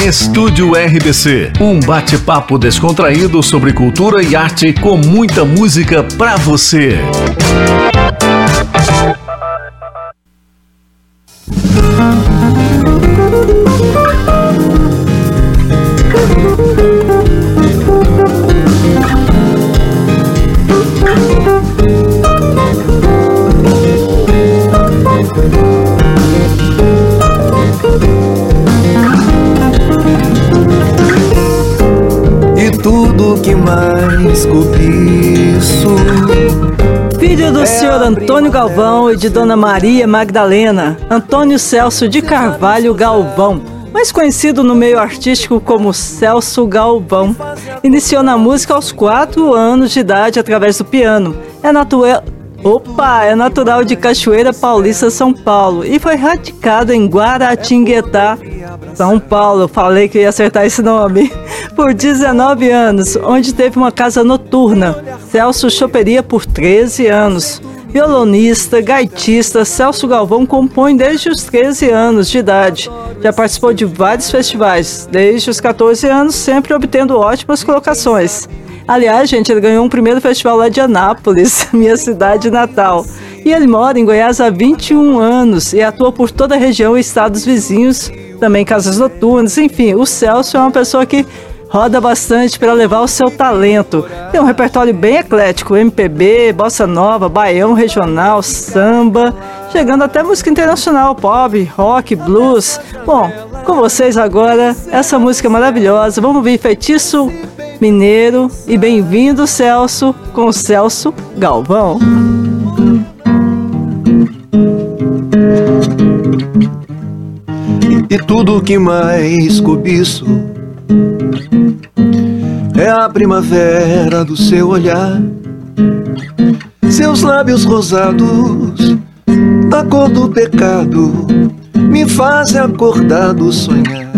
Estúdio RBC, um bate-papo descontraído sobre cultura e arte com muita música pra você. Tudo que mais cobiço. Filho do senhor Antônio Galvão e de Dona Maria Magdalena, Antônio Celso de Carvalho Galvão, mais conhecido no meio artístico como Celso Galvão, iniciou na música aos 4 anos de idade através do piano. É natural de Cachoeira Paulista, São Paulo, e foi radicado em Guaratinguetá, São Paulo. Eu falei que ia acertar esse nome. Por 19 anos, onde teve uma casa noturna. Celso choperia por 13 anos. Violonista, gaitista, Celso Galvão compõe desde os 13 anos de idade. Já participou de vários festivais, desde os 14 anos, sempre obtendo ótimas colocações. Aliás, gente, ele ganhou um primeiro festival lá de Anápolis, minha cidade natal. E ele mora em Goiás há 21 anos e atua por toda a região e estados vizinhos, também casas noturnas, enfim. O Celso é uma pessoa que roda bastante para levar o seu talento. Tem um repertório bem eclético, MPB, bossa nova, baião regional, samba, chegando até música internacional, pop, rock, blues. Bom, com vocês agora, essa música maravilhosa. Vamos ouvir Feitiço Mineiro e Bem-vindo Celso, com Celso Galvão. E tudo que mais cobiço é a primavera do seu olhar, seus lábios rosados, da cor do pecado, me fazem acordar do sonhar.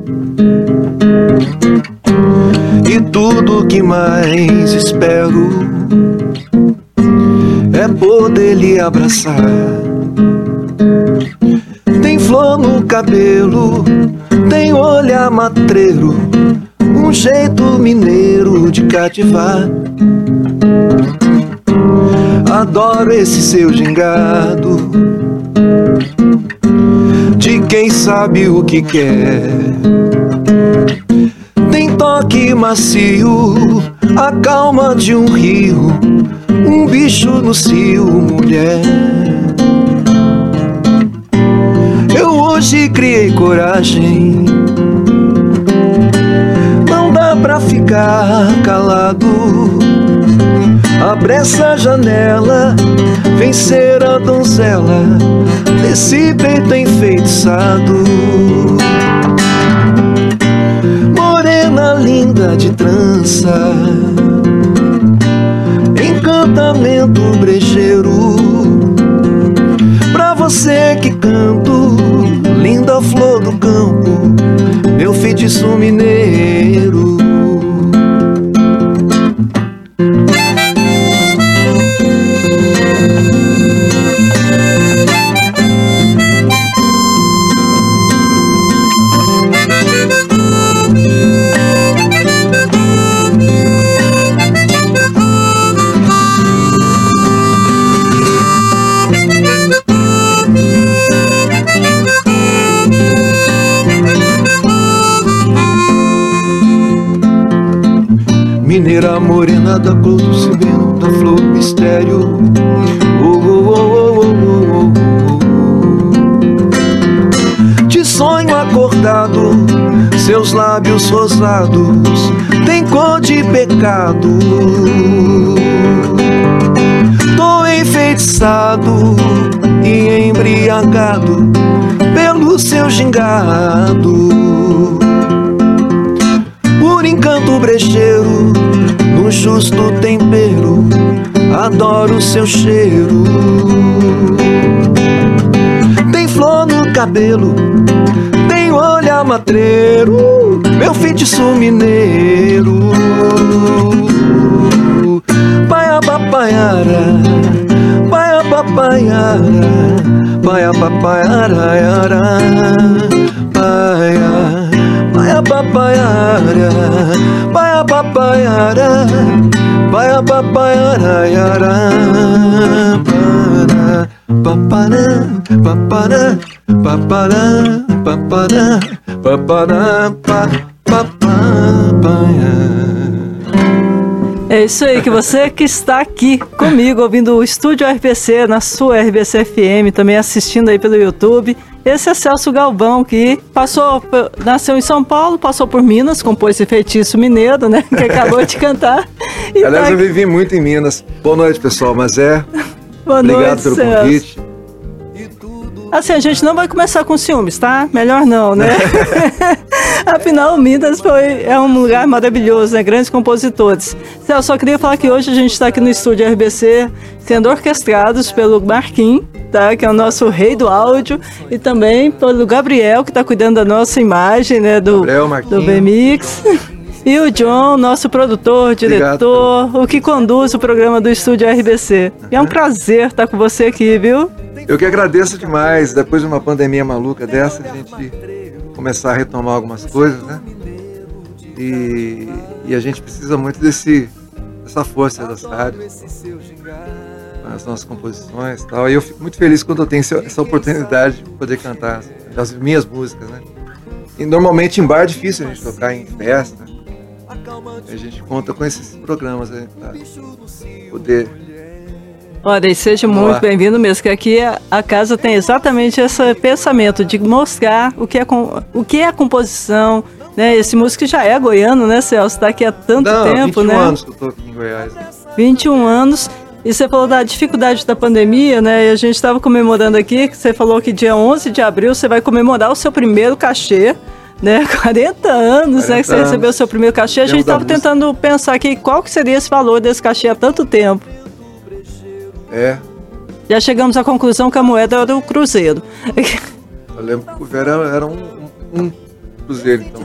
E tudo que mais espero é poder lhe abraçar. Tem flor no cabelo, tem olhar matreiro, um jeito mineiro de cativar. Adoro esse seu gingado de quem sabe o que quer. Tem toque macio, a calma de um rio, um bicho no cio, mulher. Eu hoje criei coragem, não dá pra ficar calado. Abre essa janela, vem ser a donzela desse peito enfeitiçado. Morena linda de trança, encantamento brejeiro. Pra você que canto, linda flor do campo, meu feitiço mineiro. Mineira morena da cor do sireno, da flor mistério. De sonho acordado, seus lábios rosados têm cor de pecado. Tô enfeitiçado e embriagado pelo seu gingado. Por encanto brejeiro, no justo tempero, adoro seu cheiro. Tem flor no cabelo, tem olhar matreiro, meu feitiço mineiro. Paia papaiara, paia papaiara, paia papaiara, paia, paia É isso aí, que você que está aqui comigo ouvindo o Estúdio RBC na sua RBC FM, também assistindo aí pelo YouTube. Esse é Celso Galvão, que nasceu em São Paulo, passou por Minas, compôs esse Feitiço Mineiro, né, que acabou de cantar. Aliás, eu vivi muito em Minas. Boa noite, pessoal, Boa obrigado noite, pelo convite. Assim, a gente não vai começar com ciúmes, tá? Melhor não, né? Afinal, Minas é um lugar maravilhoso, né? Grandes compositores. Celso, só queria falar que hoje a gente está aqui no estúdio RBC, sendo orquestrados pelo Marquinhos, tá? Que é o nosso rei do áudio, e também pelo Gabriel, que está cuidando da nossa imagem, né? Do VMix. E o John, nosso produtor, diretor, o que conduz o programa do Estúdio RBC. E é um prazer estar com você aqui, viu? Eu que agradeço demais. Depois de uma pandemia maluca dessa, a gente começar a retomar algumas coisas, né? E a gente precisa muito dessa força das rádios, as nossas composições e tal. E eu fico muito feliz quando eu tenho essa oportunidade de poder cantar as minhas músicas, né? E normalmente em bar é difícil a gente tocar em festa. A gente conta com esses programas aí para poder... Olha, e seja muito bem-vindo mesmo, que aqui a casa tem exatamente esse pensamento de mostrar o que é a composição, né? Esse músico já é goiano, né, Celso? Está aqui há tanto tempo, 21 né? 21 anos que eu estou aqui em Goiás. 21 anos. E você falou da dificuldade da pandemia, né? E a gente estava comemorando aqui, que você falou que dia 11 de abril você vai comemorar o seu primeiro cachê, né? 40 anos, né? Que você recebeu o seu primeiro cachê. A gente estava tentando pensar aqui qual que seria esse valor desse cachê há tanto tempo. Já chegamos à conclusão que a moeda era o cruzeiro. Eu lembro que o Vera era um cruzeiro, então.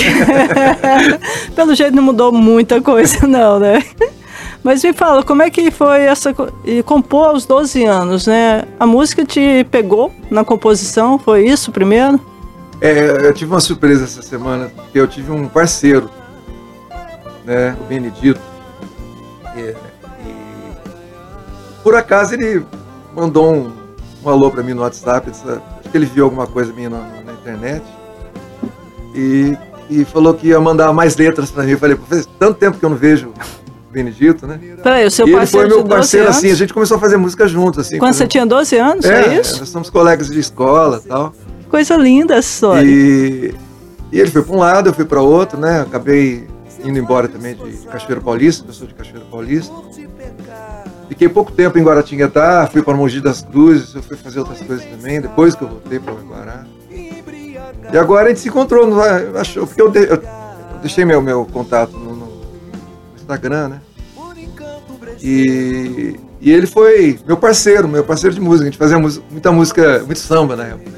Pelo jeito não mudou muita coisa, não, né? Mas me fala, como é que foi compor aos 12 anos, né? A música te pegou na composição, foi isso primeiro? Eu tive uma surpresa essa semana, porque eu tive um parceiro, né, o Benedito, por acaso ele mandou um alô pra mim no WhatsApp, acho que ele viu alguma coisa minha na internet e falou que ia mandar mais letras pra mim. Eu falei, faz tanto tempo que eu não vejo o Benedito, né? Peraí, o seu parceiro ele foi meu parceiro, assim, a gente começou a fazer música junto, assim. Quando você tinha 12 anos, é isso? Nós somos colegas de escola e tal. Coisa linda essa história. E ele foi pra um lado, eu fui pra outro, né? Acabei indo embora também de Cachoeiro Paulista, eu sou de Cachoeiro Paulista. Fiquei pouco tempo em Guaratinguetá, fui para Mogi das Cruzes, eu fui fazer outras coisas também, depois que eu voltei para o Guará. E agora a gente se encontrou, porque eu deixei meu contato no Instagram, né? E ele foi meu parceiro de música, a gente fazia muita música, muito samba na época.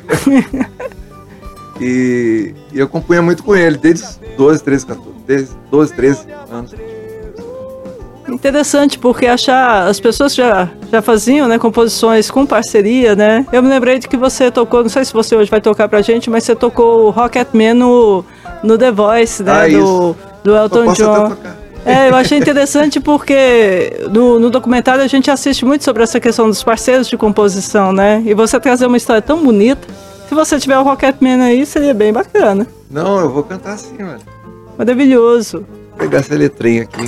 E eu compunha muito com ele, desde 12, 13 anos. Interessante, porque as pessoas já faziam, né, composições com parceria, né? Eu me lembrei de que você tocou, não sei se você hoje vai tocar pra gente, mas você tocou o Rocketman no The Voice, né, do Elton John. Eu achei interessante porque no documentário a gente assiste muito sobre essa questão dos parceiros de composição, né? E você trazer uma história tão bonita, se você tiver o Rocketman aí, seria bem bacana. Não, eu vou cantar sim, mano. Maravilhoso. Vou pegar essa letrinha aqui.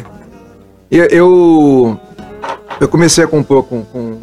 Eu comecei a compor com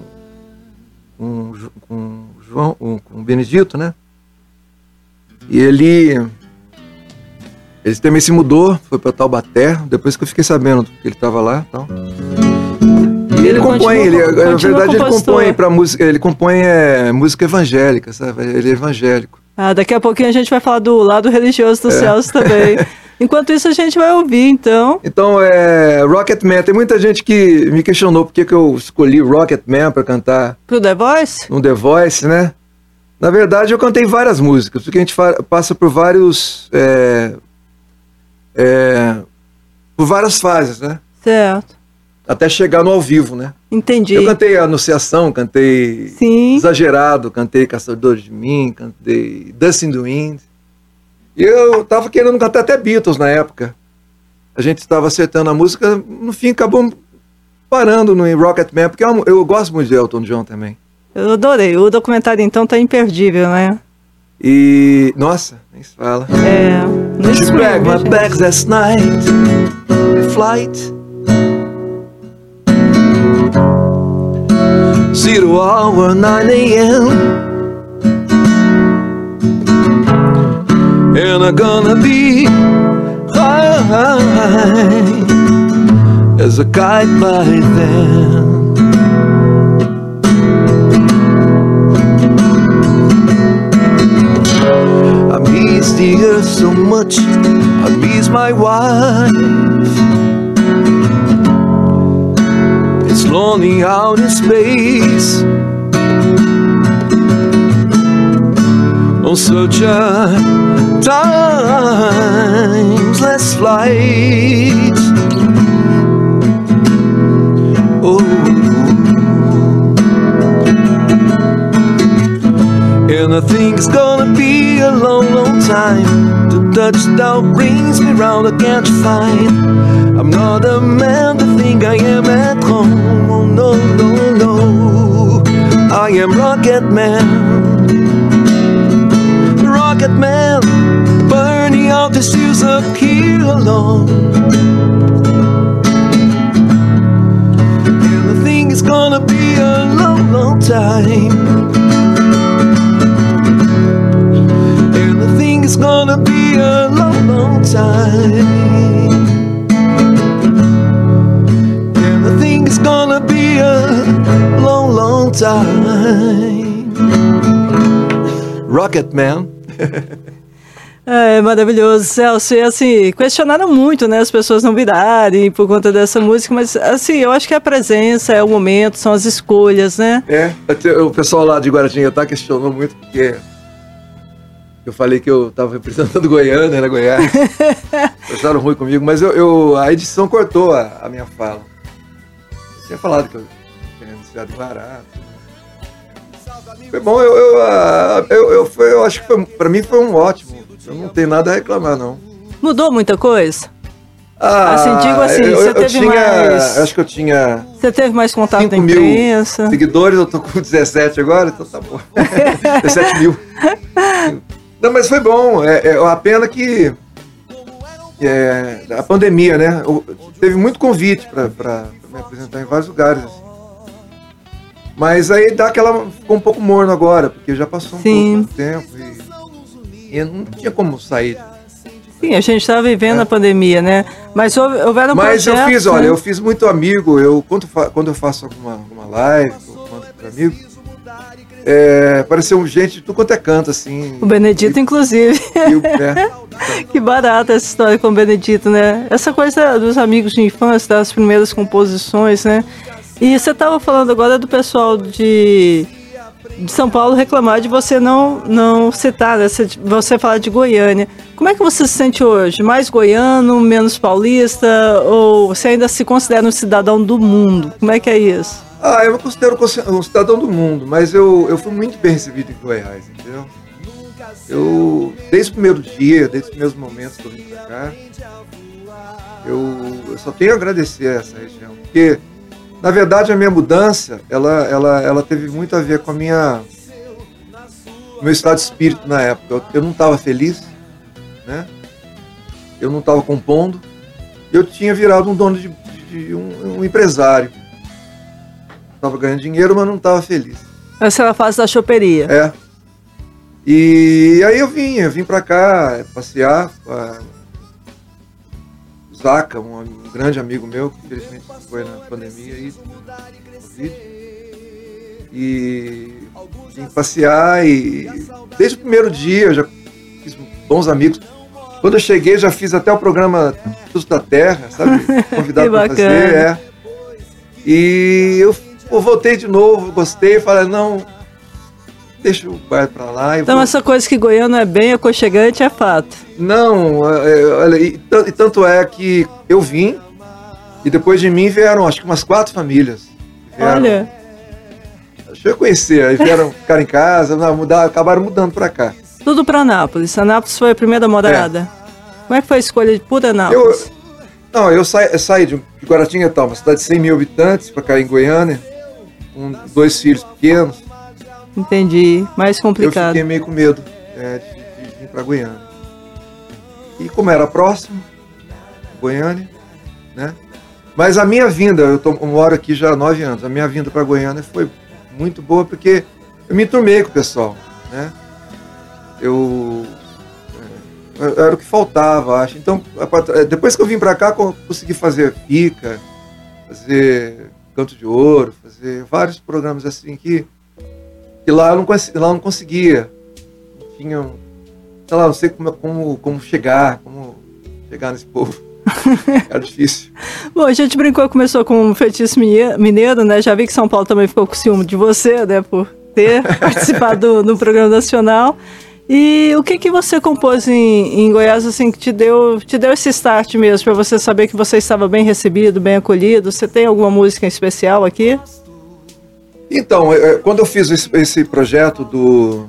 o Benedito, né? E ele também se mudou, foi para Taubaté, depois que eu fiquei sabendo que ele estava lá, tal. E ele compõe, na verdade ele compõe para música, ele compõe música evangélica, sabe? Ele é evangélico. Daqui a pouquinho a gente vai falar do lado religioso do Celso também. Enquanto isso a gente vai ouvir, então. Então, Rocketman, tem muita gente que me questionou por que eu escolhi Rocketman para cantar. Pro The Voice? No The Voice, né? Na verdade, eu cantei várias músicas, porque a gente passa por por várias fases, né? Certo. Até chegar no ao vivo, né? Entendi. Eu cantei Anunciação, cantei Sim. Exagerado, cantei Caçador de Mim, cantei Dust in the Wind. E eu tava querendo cantar até Beatles na época. A gente estava acertando a música, no fim acabou parando no Rocketman, porque eu gosto muito de Elton John também. Eu adorei. O documentário, então, tá imperdível, né? E... Nossa, nem se fala. She packed my bags last night. Flight 0 hour 9 a.m. And I'm gonna be high as a kite by then. I miss the earth so much, I miss my wife. It's lonely out in space, on such a timeless flight. Oh, and I think it's gonna be a long, long time. The touchdown brings me round, I can't find. I'm not a man to think I am at home. Oh no, no, no, I am Rocket Man. Rocket Man, burning out the seals up here alone. And I think it's gonna be a long, long time. It's gonna be a long, long time. And I think it's gonna be a long, long time. Rocket Man. É maravilhoso, Celso. E assim, questionaram muito, né, as pessoas não virarem por conta dessa música, mas assim, eu acho que a presença, é o momento, são as escolhas, né? O pessoal lá de Guaratinguetá questionou muito porque eu falei que eu estava representando Goiânia, era Goiás. Acharam ruim comigo, mas a edição cortou a minha fala. Eu tinha falado que eu tinha anunciado barato. Foi bom, eu acho que para mim foi um ótimo. Eu não tenho nada a reclamar, não. Mudou muita coisa? Assim, digo assim, você teve mais... Acho que eu tinha... Você teve mais contato da imprensa? 5.000 seguidores, eu tô com 17 agora, então tá bom. 17 mil. Não, mas foi bom. A pena que a pandemia, né? Teve muito convite para me apresentar em vários lugares. Assim. Mas aí ficou um pouco morno agora, porque já passou pouco tempo e eu não tinha como sair. Sim, a gente estava vivendo a pandemia, né? Mas houveram projetos... Mas eu fiz muito amigo. Quando eu faço alguma live, eu mando para amigos. Apareceu gente de tudo quanto é canto, assim. O Benedito, inclusive. Que barata essa história com o Benedito, né? Essa coisa dos amigos de infância, das primeiras composições, né? E você estava falando agora do pessoal de São Paulo reclamar de você não citar, né? Você falar de Goiânia. Como é que você se sente hoje? Mais goiano, menos paulista? Ou você ainda se considera um cidadão do mundo? Como é que é isso? Eu me considero um cidadão do mundo, mas eu fui muito bem recebido em Goiás, entendeu? Desde o primeiro dia, desde os primeiros momentos que eu vim pra cá, eu só tenho a agradecer a essa região, porque, na verdade, a minha mudança, ela teve muito a ver com meu estado de espírito na época. Eu não estava feliz, né? Eu não estava compondo, eu tinha virado um dono de um empresário. Estava ganhando dinheiro, mas não estava feliz. Essa era a fase da choperia. E aí eu vim pra cá passear. O Zaca, um grande amigo meu, que infelizmente foi na pandemia aí, Covid. E vim passear e desde o primeiro dia eu já fiz bons amigos. Quando eu cheguei, já fiz até o programa Tudo da Terra, sabe? Convidado para fazer. E eu voltei de novo, gostei, falei, não, deixa o bairro pra lá. Então essa coisa que goiano é bem aconchegante é fato. Não, olha, e tanto é que eu vim, e depois de mim vieram acho que umas 4 famílias. Olha. Deixa eu conhecer, aí vieram ficar em casa, acabaram mudando pra cá. Tudo pra Anápolis. Anápolis foi a primeira morada. Como é que foi a escolha de por Anápolis? Não, eu saí de Guaratinguetá, uma cidade de 100 mil habitantes, para cair em Goiânia, com 2 filhos pequenos. Entendi, mais complicado. Eu fiquei meio com medo de vir para Goiânia. E como era próximo, Goiânia, né? Mas a minha vinda, eu moro aqui já há 9 anos, a minha vinda para Goiânia foi muito boa porque eu me enturmei com o pessoal, né? Era o que faltava, acho. Então, depois que eu vim para cá, consegui fazer FICA, fazer Canto de Ouro, fazer vários programas assim que lá eu não conseguia. Não tinha, sei lá, não sei como chegar nesse povo. Era difícil. Bom, a gente brincou, começou com um feitiço mineiro, né? Já vi que São Paulo também ficou com ciúme de você, né? Por ter participado no programa nacional. E o que você compôs em Goiás, assim, que te deu esse start mesmo, para você saber que você estava bem recebido, bem acolhido? Você tem alguma música em especial aqui? Então, quando eu fiz esse projeto do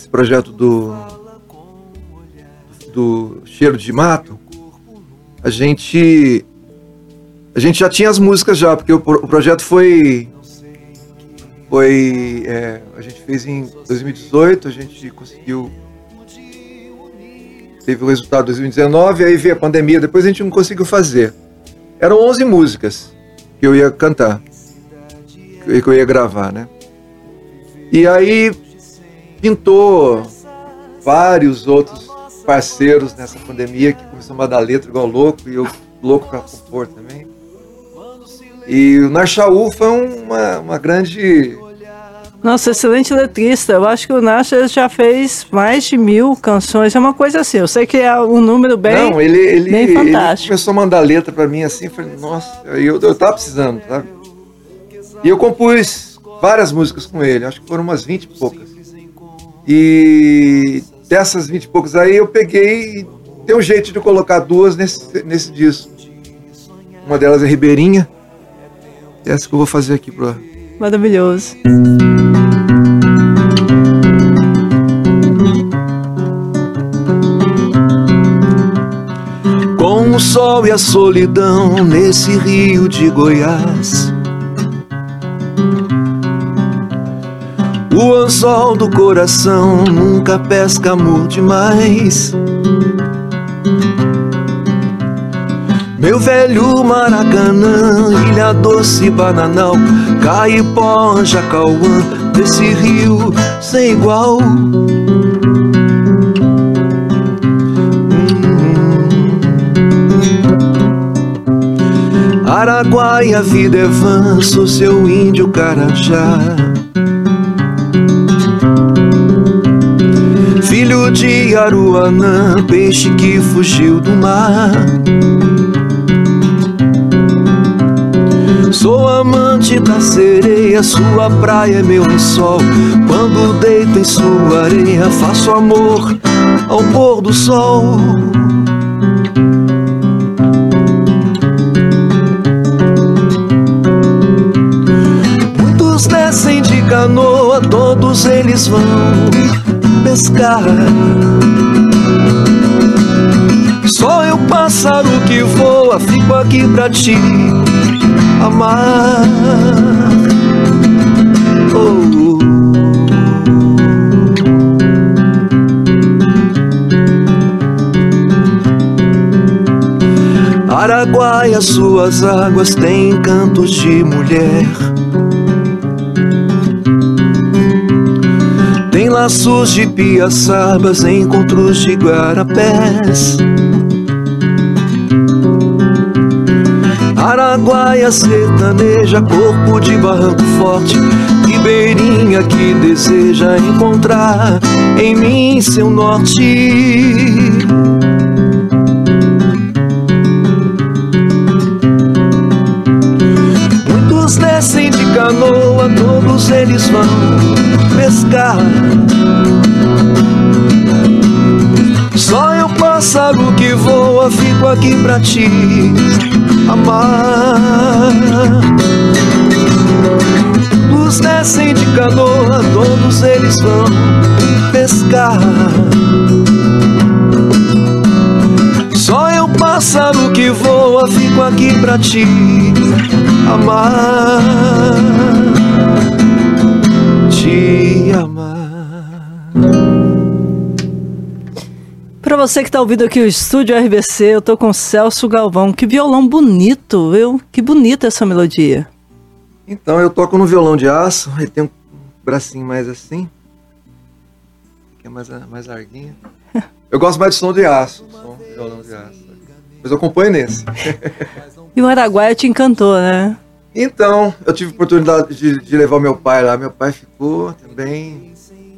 Cheiro de Mato, a gente já tinha as músicas já, porque o projeto a gente fez em 2018, a gente conseguiu, teve o resultado em 2019, aí veio a pandemia, depois a gente não conseguiu fazer. Eram 11 músicas que eu ia cantar, que eu ia gravar, né? E aí pintou vários outros parceiros nessa pandemia que começou a dar letra igual louco, e eu louco pra compor também. E o Narchaú foi uma grande... Nossa, excelente letrista. Eu acho que o Narcha já fez mais de 1000 canções. É uma coisa assim, eu sei que é um número bem fantástico. Ele começou a mandar letra pra mim assim, eu falei, nossa, eu tava precisando, sabe? E eu compus várias músicas com ele, acho que foram umas 20 e poucas. E dessas 20 e poucas aí eu peguei e dei um jeito de colocar 2 nesse disco. Uma delas é Ribeirinha, e essa que eu vou fazer aqui pro... Maravilhoso. Com o sol e a solidão nesse rio de Goiás, o anzol do coração nunca pesca amor demais. Meu velho Maracanã, Ilha Doce, Bananal, Caipó, Jacauã, desse rio sem igual. Araguaia, a vida é vã, sou seu índio Carajá. Filho de Aruanã, peixe que fugiu do mar. Sou amante da sereia, sua praia é meu lençol. Quando deito em sua areia, faço amor ao pôr do sol. Muitos descem de canoa, todos eles vão pescar. Só eu, pássaro que voa, fico aqui pra te amar. Oh. Araguaia, suas águas têm cantos de mulher, tem laços de piaçabas, encontros de guarapés. Araguaia sertaneja, corpo de barranco forte, ribeirinha que deseja encontrar em mim seu norte. Muitos descem de canoa, todos eles vão pescar. Só eu, pássaro que voa, fico aqui pra te amar. Os descem de canoa, todos eles vão pescar. Só eu, pássaro que voa, toa, fico aqui pra te amar, te amar. Pra você que tá ouvindo aqui o Estúdio RBC, eu tô com Celso Galvão. Que violão bonito, viu? Que bonita essa melodia. Então, eu toco no violão de aço, ele tem um bracinho mais assim, que é mais larguinho. Eu gosto mais de som de aço, som de violão de aço. Mas eu componho nesse. E o Araguaia te encantou, né? Então, eu tive a oportunidade de levar o meu pai lá. Meu pai ficou também...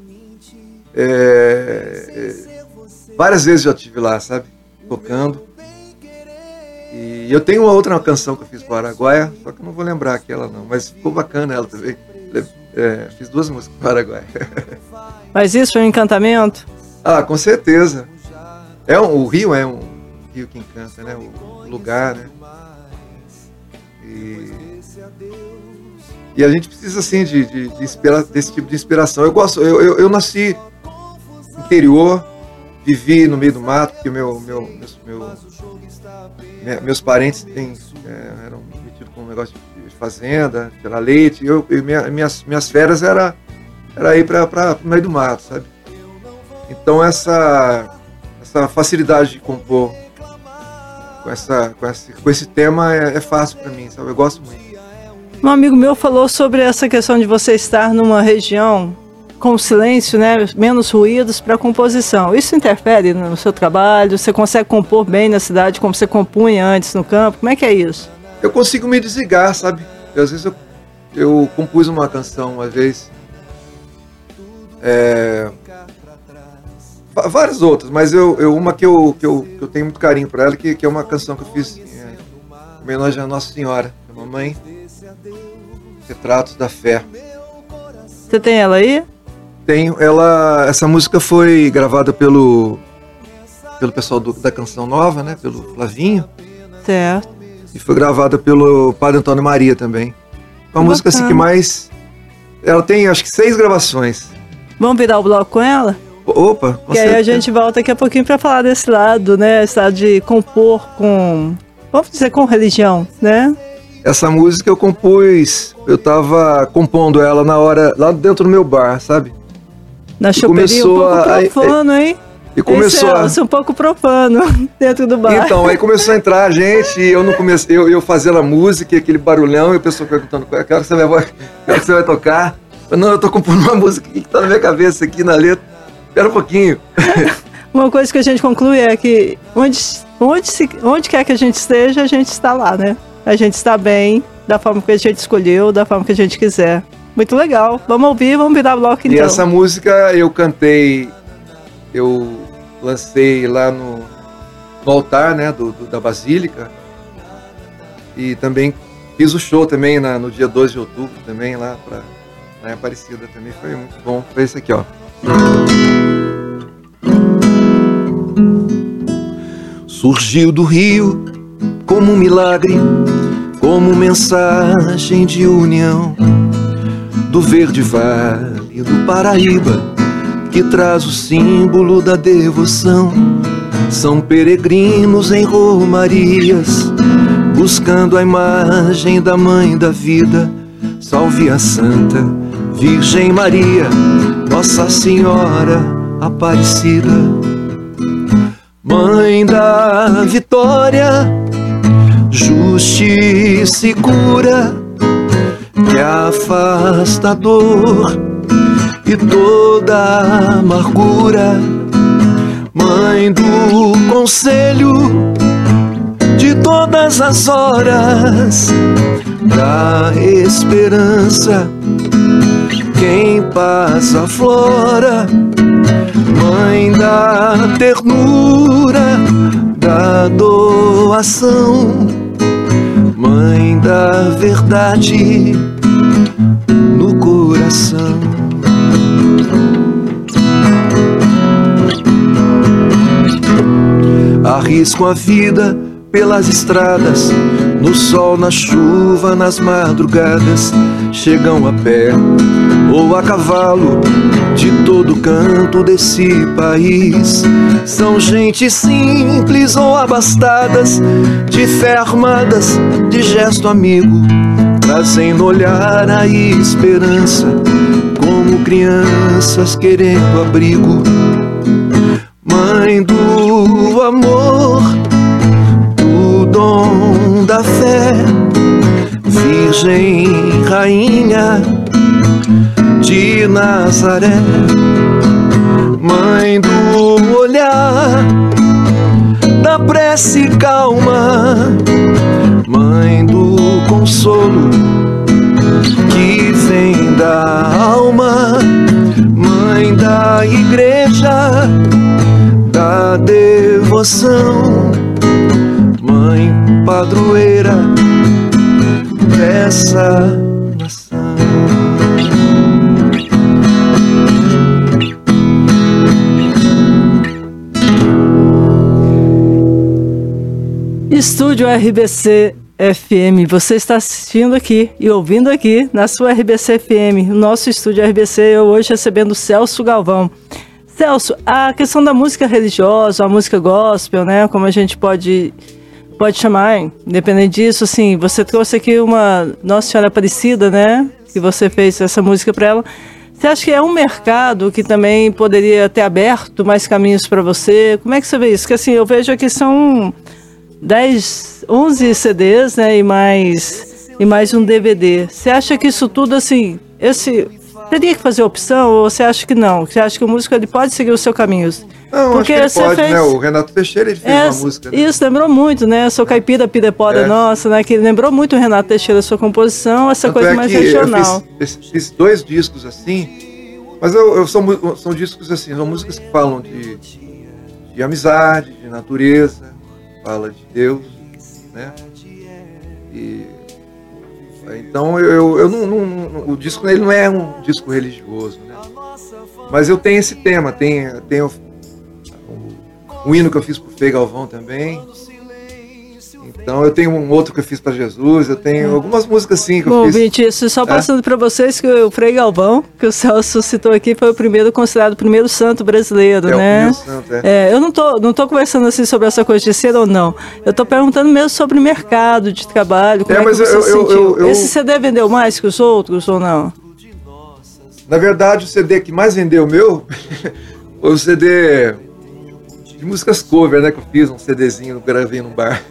várias vezes já estive lá, sabe? Tocando. E eu tenho uma outra canção que eu fiz para o Araguaia, só que eu não vou lembrar aquela não. Mas ficou bacana ela também. Fiz 2 músicas para o Araguaia. Mas isso foi um encantamento? Ah, com certeza. O Rio é um rio que encanta, né? O lugar, né? E a gente precisa, assim, desse tipo de inspiração. Eu nasci no interior, vivi no meio do mato, porque meus parentes eram metidos com um negócio de fazenda, tirar leite, minhas férias era ir para o meio do mato, sabe? Então essa facilidade de compor com esse tema é fácil para mim, sabe? Eu gosto muito. Um amigo meu falou sobre essa questão de você estar numa região com silêncio, né, menos ruídos para composição. Isso interfere no seu trabalho? Você consegue compor bem na cidade como você compunha antes no campo? Como é que é isso? Eu consigo me desligar, sabe? Às vezes eu compus uma canção uma vez, várias outras, mas uma que eu tenho muito carinho por ela, que é uma canção que eu fiz em homenagem à Nossa Senhora, a mamãe, Retratos da Fé. Você tem ela aí? Tenho. Essa música foi gravada pelo pessoal da Canção Nova, né? Pelo Flavinho. Certo. E foi gravada pelo Padre Antônio Maria também. Uma música assim que mais... Ela tem, acho que 6 gravações. Vamos virar o bloco com ela? Opa, com certeza. E aí a gente volta daqui a pouquinho para falar desse lado, né? Esse lado de compor com... Vamos dizer, com religião, né? Essa música eu compus... Eu tava compondo ela na hora... Lá dentro do meu bar, sabe? Na choperia, um pouco profano, hein? E começou um pouco profano dentro do bar. Então, aí começou a entrar a gente, e eu fazendo a música, aquele barulhão, e o pessoal perguntando, que hora que você vai tocar? Não, eu tô compondo uma música que tá na minha cabeça aqui, na letra. Espera um pouquinho. Uma coisa que a gente conclui é que onde quer que a gente esteja, a gente está lá, né? A gente está bem, da forma que a gente escolheu, da forma que a gente quiser. Muito legal. Vamos ouvir, vamos virar bloco então. E essa música eu cantei, eu lancei lá no altar, né, da Basílica. E também fiz o show também no dia 12 de outubro, também lá em Aparecida também. Foi muito bom. Foi esse aqui, ó. Surgiu do rio como um milagre, como mensagem de união, do verde vale do Paraíba, que traz o símbolo da devoção. São peregrinos em romarias, buscando a imagem da Mãe da Vida. Salve a Santa Virgem Maria, Nossa Senhora Aparecida. Mãe da vitória, justiça e cura, que afasta a dor e toda a amargura. Mãe do conselho de todas as horas, da esperança quem passa aflora. Mãe da ternura, da doação, Mãe da verdade no coração. Arrisco a vida pelas estradas No sol, na chuva, nas madrugadas, chegam a pé ou a cavalo de todo canto desse país. São gente simples ou abastadas, de fé armadas, de gesto amigo, trazendo olhar a esperança, como crianças querendo abrigo. Mãe do amor, do dom da fé, Virgem Rainha de Nazaré, Mãe do olhar, da prece calma, Mãe do consolo que vem da alma, Mãe da igreja, da devoção, Mãe padroeira dessa nação. Estúdio RBC FM, você está assistindo aqui e ouvindo aqui na sua RBC FM, o nosso Estúdio RBC, eu hoje recebendo o Celso Galvão. Celso, a questão da música religiosa, a música gospel, né, como a gente pode chamar, independente disso, assim, você trouxe aqui uma Nossa Senhora Aparecida, né, que você fez essa música para ela. Você acha que é um mercado que também poderia ter aberto mais caminhos para você? Como é que você vê isso? Porque assim, eu vejo aqui são 11 CDs, né, e mais um DVD. Você acha que isso tudo, assim, teria que fazer opção ou você acha que não? Você acha que o músico ele pode seguir o seu caminho? Não, porque acho que ele pode, né? O Renato Teixeira ele fez uma música. Né? Isso, lembrou muito, né? Sou caipira, pirepora nossa, né? Que lembrou muito o Renato Teixeira, a sua composição, essa tanto coisa mais regional. Eu fiz 2 discos assim, mas são discos assim, são músicas que falam de amizade, de natureza, fala de Deus, né? E então eu não, o disco ele não é um disco religioso, né? Mas eu tenho esse tema, tenho um hino que eu fiz pro Frei Galvão também. Então eu tenho um outro que eu fiz para Jesus, eu tenho algumas músicas assim que eu fiz. Bom, gente, isso só passando para vocês que o Frei Galvão, que o Celso citou aqui, foi considerado o primeiro santo brasileiro, né? O primeiro santo, eu não tô conversando assim sobre essa coisa de ser ou não. Eu tô perguntando mesmo sobre mercado de trabalho, como é que você sentiu. Esse CD vendeu mais que os outros ou não? Na verdade, o CD que mais vendeu meu foi o CD de músicas cover, né? Que eu fiz um CDzinho, gravei num bar.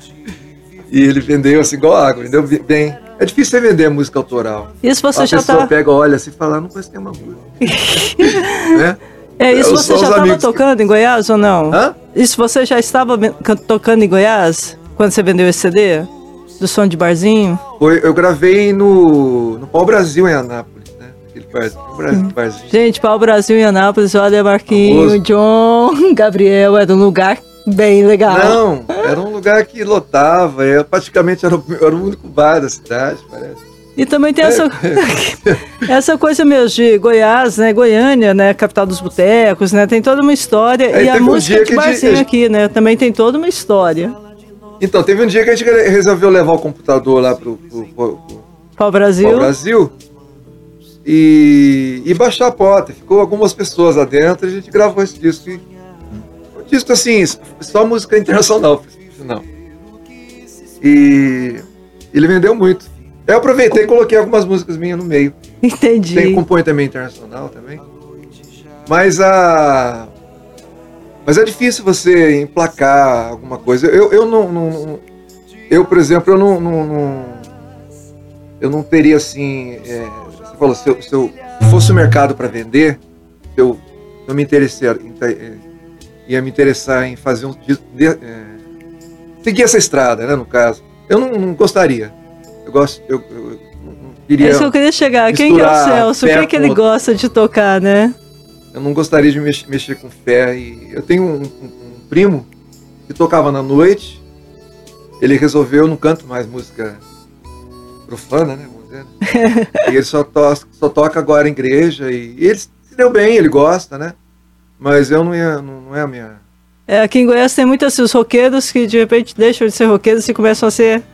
E ele vendeu assim igual água, vendeu bem. É difícil você vender música autoral. Isso você a já pessoa pega, olha assim e fala, não conheço nenhuma música. Né? Isso você já estava tocando em Goiás ou não? Hã? Isso você já estava tocando em Goiás quando você vendeu esse CD? Do som de barzinho? Eu gravei no Pau Brasil em Anápolis, né? Aquele barzinho. Gente, Pau Brasil em Anápolis, olha, Marquinhos, John, Gabriel, era um lugar bem legal. Não, era um lugar que lotava, praticamente era o único bar da cidade, parece. E também tem essa coisa mesmo de Goiás, né, Goiânia, né, capital dos botecos, né, tem toda uma história. E a música de barzinho aqui, né, também tem toda uma história. Então, teve um dia que a gente resolveu levar o computador lá pro Pau Brasil e baixar a porta. Ficou algumas pessoas lá dentro e a gente gravou esse disco. Disco assim, só música internacional, não. E ele vendeu muito. Eu aproveitei e coloquei algumas músicas minhas no meio. Entendi. Compõe também internacional também. Mas é difícil você emplacar alguma coisa. Eu, por exemplo, eu não teria assim. Você falou, se eu fosse o mercado para vender, eu me ia me interessar em fazer seguir essa estrada, né, no caso. Eu não gostaria. Eu não queria. É isso que eu queria chegar. Quem que é o Celso? O que é que ele gosta de tocar, né? Eu não gostaria de mexer com fé. E eu tenho um primo que tocava na noite. Ele resolveu, não canto mais música profana, né? Vamos dizer. E ele só toca agora em igreja. E ele se deu bem, ele gosta, né? Mas eu não é a minha... Aqui em Goiás tem muitos assim, os roqueiros que de repente deixam de ser roqueiros e começam a ser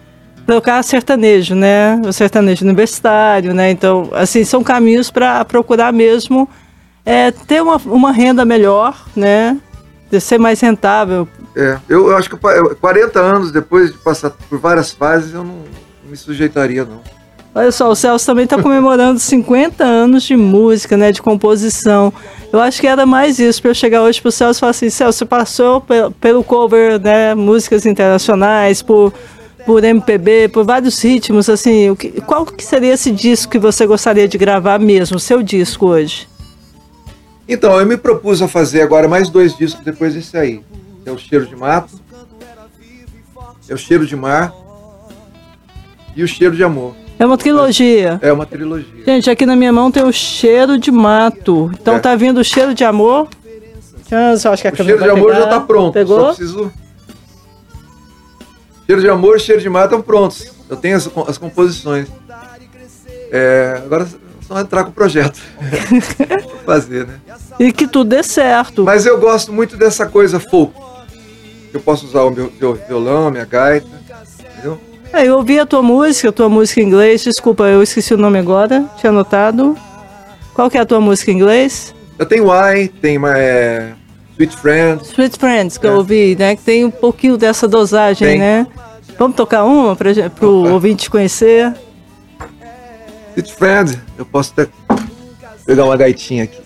tocar sertanejo, né? O sertanejo universitário, né? Então, assim, são caminhos para procurar mesmo ter uma renda melhor, né? De ser mais rentável. Eu acho que 40 anos depois de passar por várias fases, eu não me sujeitaria, não. Olha só, o Celso também está comemorando 50 anos de música, né, de composição. Eu acho que era mais isso, para eu chegar hoje para o Celso e falar assim, Celso, você passou pelo cover, né, músicas internacionais, por MPB, por vários ritmos, assim, qual que seria esse disco que você gostaria de gravar mesmo, o seu disco hoje? Então, eu me propus a fazer agora mais 2 discos depois desse aí. É o Cheiro de Mato, é o Cheiro de Mar e o Cheiro de Amor. É uma trilogia. É uma trilogia. Gente, aqui na minha mão tem o Cheiro de Mato. Então tá vindo o Cheiro de Amor. Eu acho que o Cheiro de Amor já tá pronto. Pegou? Só preciso... Cheiro de Amor e Cheiro de Mato estão prontos. Eu tenho as composições. Agora é só entrar com o projeto. Fazer, né? E que tudo dê certo. Mas eu gosto muito dessa coisa folk. Eu posso usar o meu violão, minha gaita. Entendeu? Eu ouvi a tua música em inglês. Desculpa, eu esqueci o nome agora. Tinha anotado. Qual que é a tua música em inglês? Eu tenho tem Sweet Friends. Sweet Friends, que eu ouvi, né? Que tem um pouquinho dessa dosagem, né? Vamos tocar uma para o ouvinte conhecer? Sweet Friends. Eu posso até pegar uma gaitinha aqui.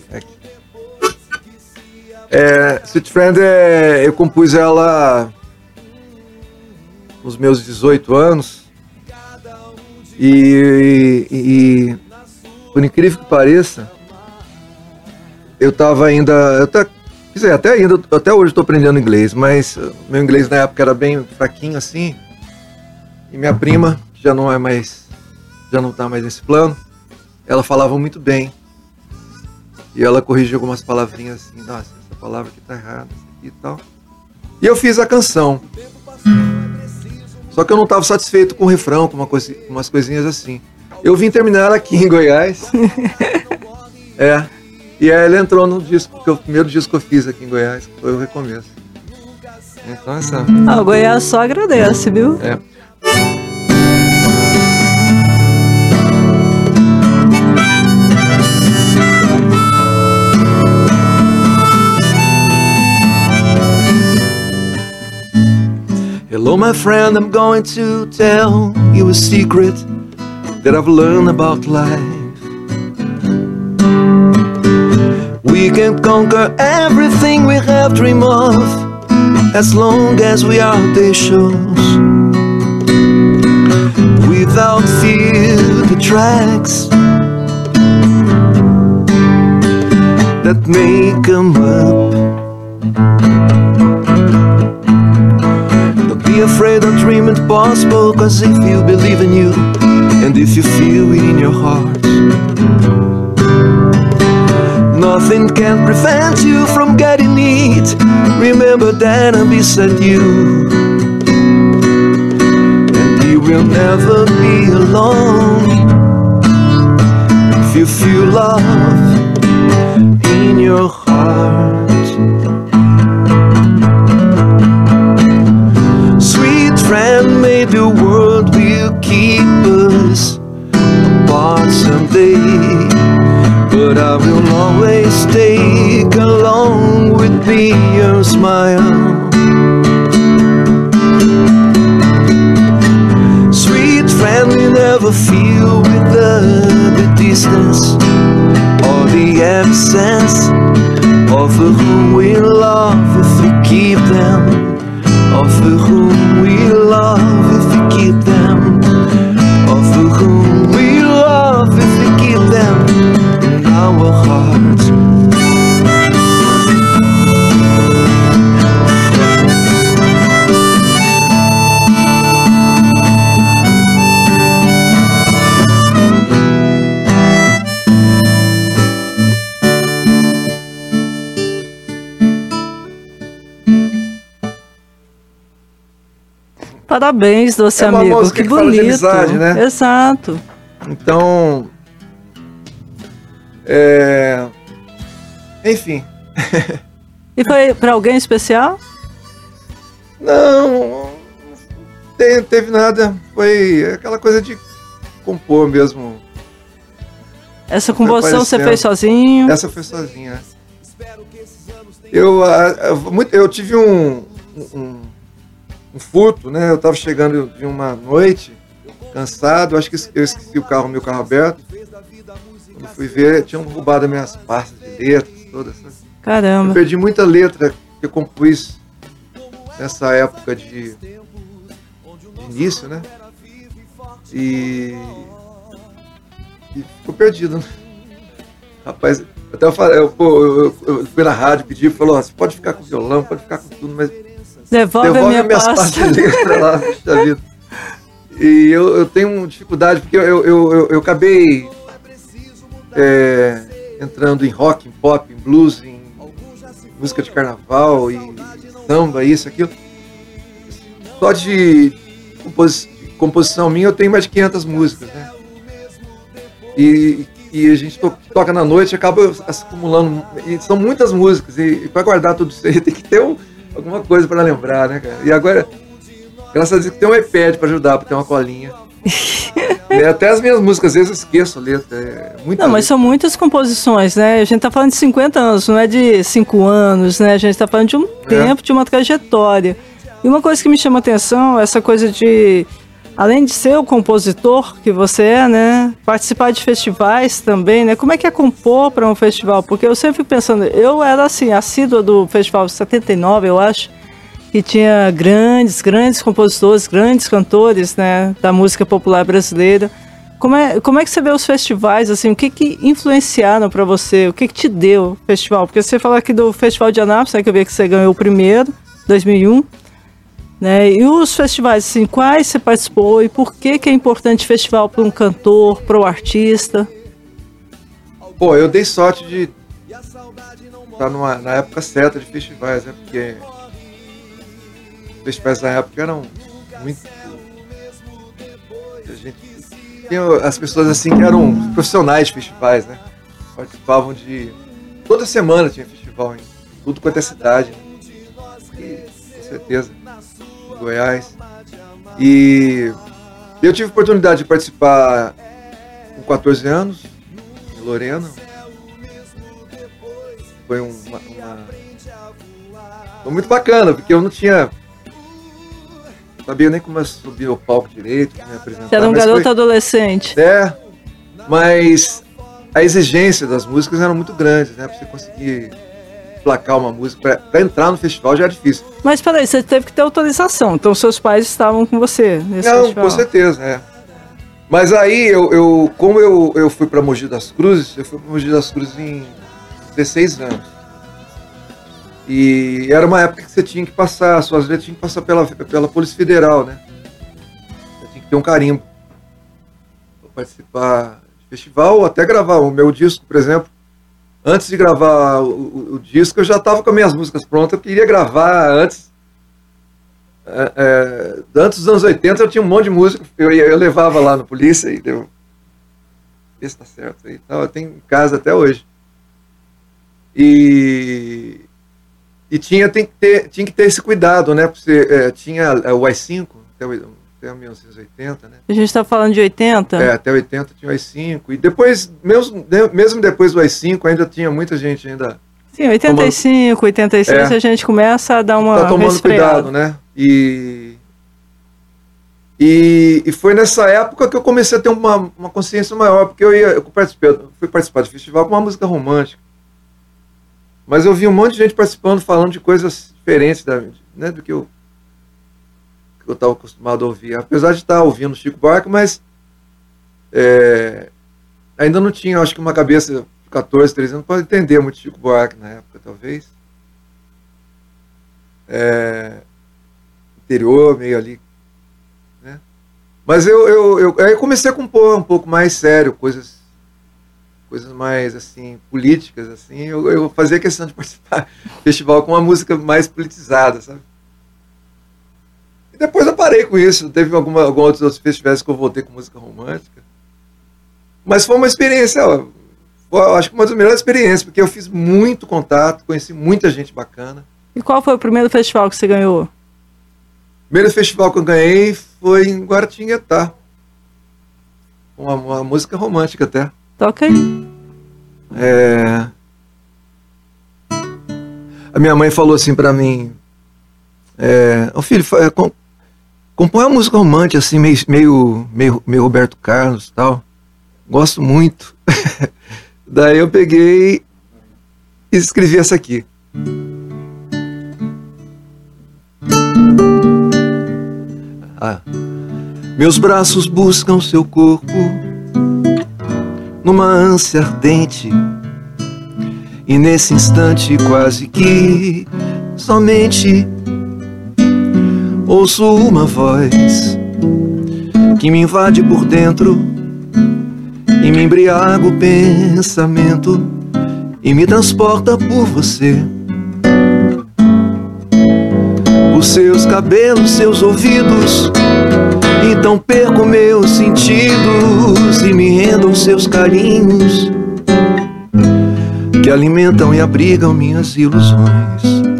Sweet Friends, eu compus ela nos meus 18 anos e por incrível que pareça, eu estava ainda, até hoje estou aprendendo inglês, mas meu inglês na época era bem fraquinho assim, e minha prima, que já não está mais nesse plano, ela falava muito bem, e ela corrigiu algumas palavrinhas assim, nossa, essa palavra aqui tá errada, essa aqui e tal, e eu fiz a canção. Só que eu não estava satisfeito com o refrão, com umas coisinhas assim. Eu vim terminar ela aqui em Goiás. E aí ela entrou no disco, o primeiro disco que eu fiz aqui em Goiás, que foi o Recomeço. Então o Goiás só agradece, viu? Hello, my friend, I'm going to tell you a secret that I've learned about life. We can conquer everything we have dreamed of as long as we are audacious. Without fear, the tracks that may come up. Be afraid of dreaming impossible, cause if you believe in you and if you feel it in your heart, nothing can prevent you from getting it. Remember that I'm beside you, and you will never be alone. If you feel love in your heart, friend, maybe the world will keep us apart someday, but I will always take along with me your smile. Sweet friend, you never feel with the distance or the absence of whom we love if we keep them. Of whom we love if we keep them. Of whom we love if we keep them in our hearts. Parabéns, doce amigo, que bonito. Fala de amizade, né? Exato. Então, enfim. E foi para alguém especial? Não, teve nada, foi aquela coisa de compor mesmo. Essa composição você fez sozinho? Essa foi sozinha. Eu tive um furto, né? Eu estava chegando de uma noite, cansado, acho que eu esqueci meu carro aberto. Quando fui ver, tinham roubado as minhas pastas de letras, todas. Caramba. Eu perdi muita letra que eu compus nessa época de início, né? E ficou perdido, né? Rapaz, até eu fui na rádio, pedi, falou, você pode ficar com o violão, pode ficar com tudo, mas devolve minhas pastas de letra lá, puxa vida. E eu tenho dificuldade, porque eu acabei entrando em rock, em pop, em blues, em música de carnaval, e samba, isso, aquilo. Só de composição minha eu tenho mais de 500 músicas, né? E a gente toca na noite, acaba acumulando, e são muitas músicas, e para guardar tudo isso aí tem que ter alguma coisa para lembrar, né, cara? E agora, graças a Deus que tem um iPad para ajudar, para ter uma colinha. Até as minhas músicas, às vezes eu esqueço a letra. Mas são muitas composições, né? A gente tá falando de 50 anos, não é de 5 anos, né? A gente tá falando de um tempo, de uma trajetória. E uma coisa que me chama a atenção é essa coisa de, além de ser o compositor que você é, né? Participar de festivais também, né? Como é que é compor para um festival? Porque eu sempre fico pensando, eu era assim, assídua do Festival 79, eu acho, que tinha grandes compositores, grandes cantores, né, da música popular brasileira. Como é que você vê os festivais, assim, o que influenciaram para você, o que te deu o festival? Porque você falou aqui do Festival de Anápolis, né, que eu vi que você ganhou o primeiro, 2001, né, e os festivais, assim, quais você participou e por que é importante festival para um cantor, para o artista? Pô, eu dei sorte de estar na época certa de festivais, né, porque festivais da época eram muito... As pessoas assim que eram profissionais de festivais, né? Participavam de... Toda semana tinha festival em tudo quanto é cidade. E, com certeza, em Goiás. E eu tive a oportunidade de participar com 14 anos, em Lorena. Foi foi muito bacana, porque eu não sabia nem como eu subia ao palco direito, como me apresentar. Você era um garoto adolescente. Mas a exigência das músicas era muito grande, né? Pra você conseguir placar uma música, pra entrar no festival já era difícil. Mas peraí, você teve que ter autorização, então seus pais estavam com você nesse festival? Não, com certeza, Mas aí, como eu fui pra Mogi das Cruzes, em 16 anos. E era uma época que você tinha que passar, suas letras tinham que passar pela Polícia Federal, né? Você tinha que ter um carimbo para participar de festival ou até gravar. O meu disco, por exemplo, antes de gravar o disco, eu já estava com as minhas músicas prontas, eu queria gravar antes. Antes dos anos 80 eu tinha um monte de música, eu levava lá na polícia e deu. Esse tá certo aí. Então, eu tenho em casa até hoje. E tinha que ter esse cuidado, né? Você, tinha o AI-5 até 1980, né? A gente está falando de 80? Até 80 tinha o AI-5. E depois, mesmo depois do AI-5, ainda tinha muita gente ainda... Sim, 85, 86, a gente começa a dar uma tá tomando resfriada. Cuidado, né? E foi nessa época que eu comecei a ter uma consciência maior, porque eu fui participar de festival com uma música romântica. Mas eu vi um monte de gente participando, falando de coisas diferentes do que eu estava acostumado a ouvir. Apesar de estar ouvindo Chico Buarque, mas ainda não tinha, acho que uma cabeça de 14, 13 anos para entender muito Chico Buarque na época, talvez. Interior, meio ali. Né? Mas eu comecei a compor um pouco mais sério, coisas mais, assim, políticas, assim, eu fazia questão de participar do festival com uma música mais politizada, sabe? E depois eu parei com isso, teve alguns outros festivais que eu voltei com música romântica, mas foi uma experiência, acho que uma das melhores experiências, porque eu fiz muito contato, conheci muita gente bacana. E qual foi o primeiro festival que você ganhou? O primeiro festival que eu ganhei foi em Guaratinguetá. Uma música romântica até. Toca aí. A minha mãe falou assim pra mim: ô filho, compõe uma música romântica assim, meio Roberto Carlos e tal. Gosto muito. Daí eu peguei e escrevi essa aqui. Meus braços buscam seu corpo numa ânsia ardente, e nesse instante quase que somente ouço uma voz que me invade por dentro e me embriaga o pensamento e me transporta por você. Os seus cabelos, seus ouvidos, então perco meus sentidos e me rendo aos seus carinhos que alimentam e abrigam minhas ilusões.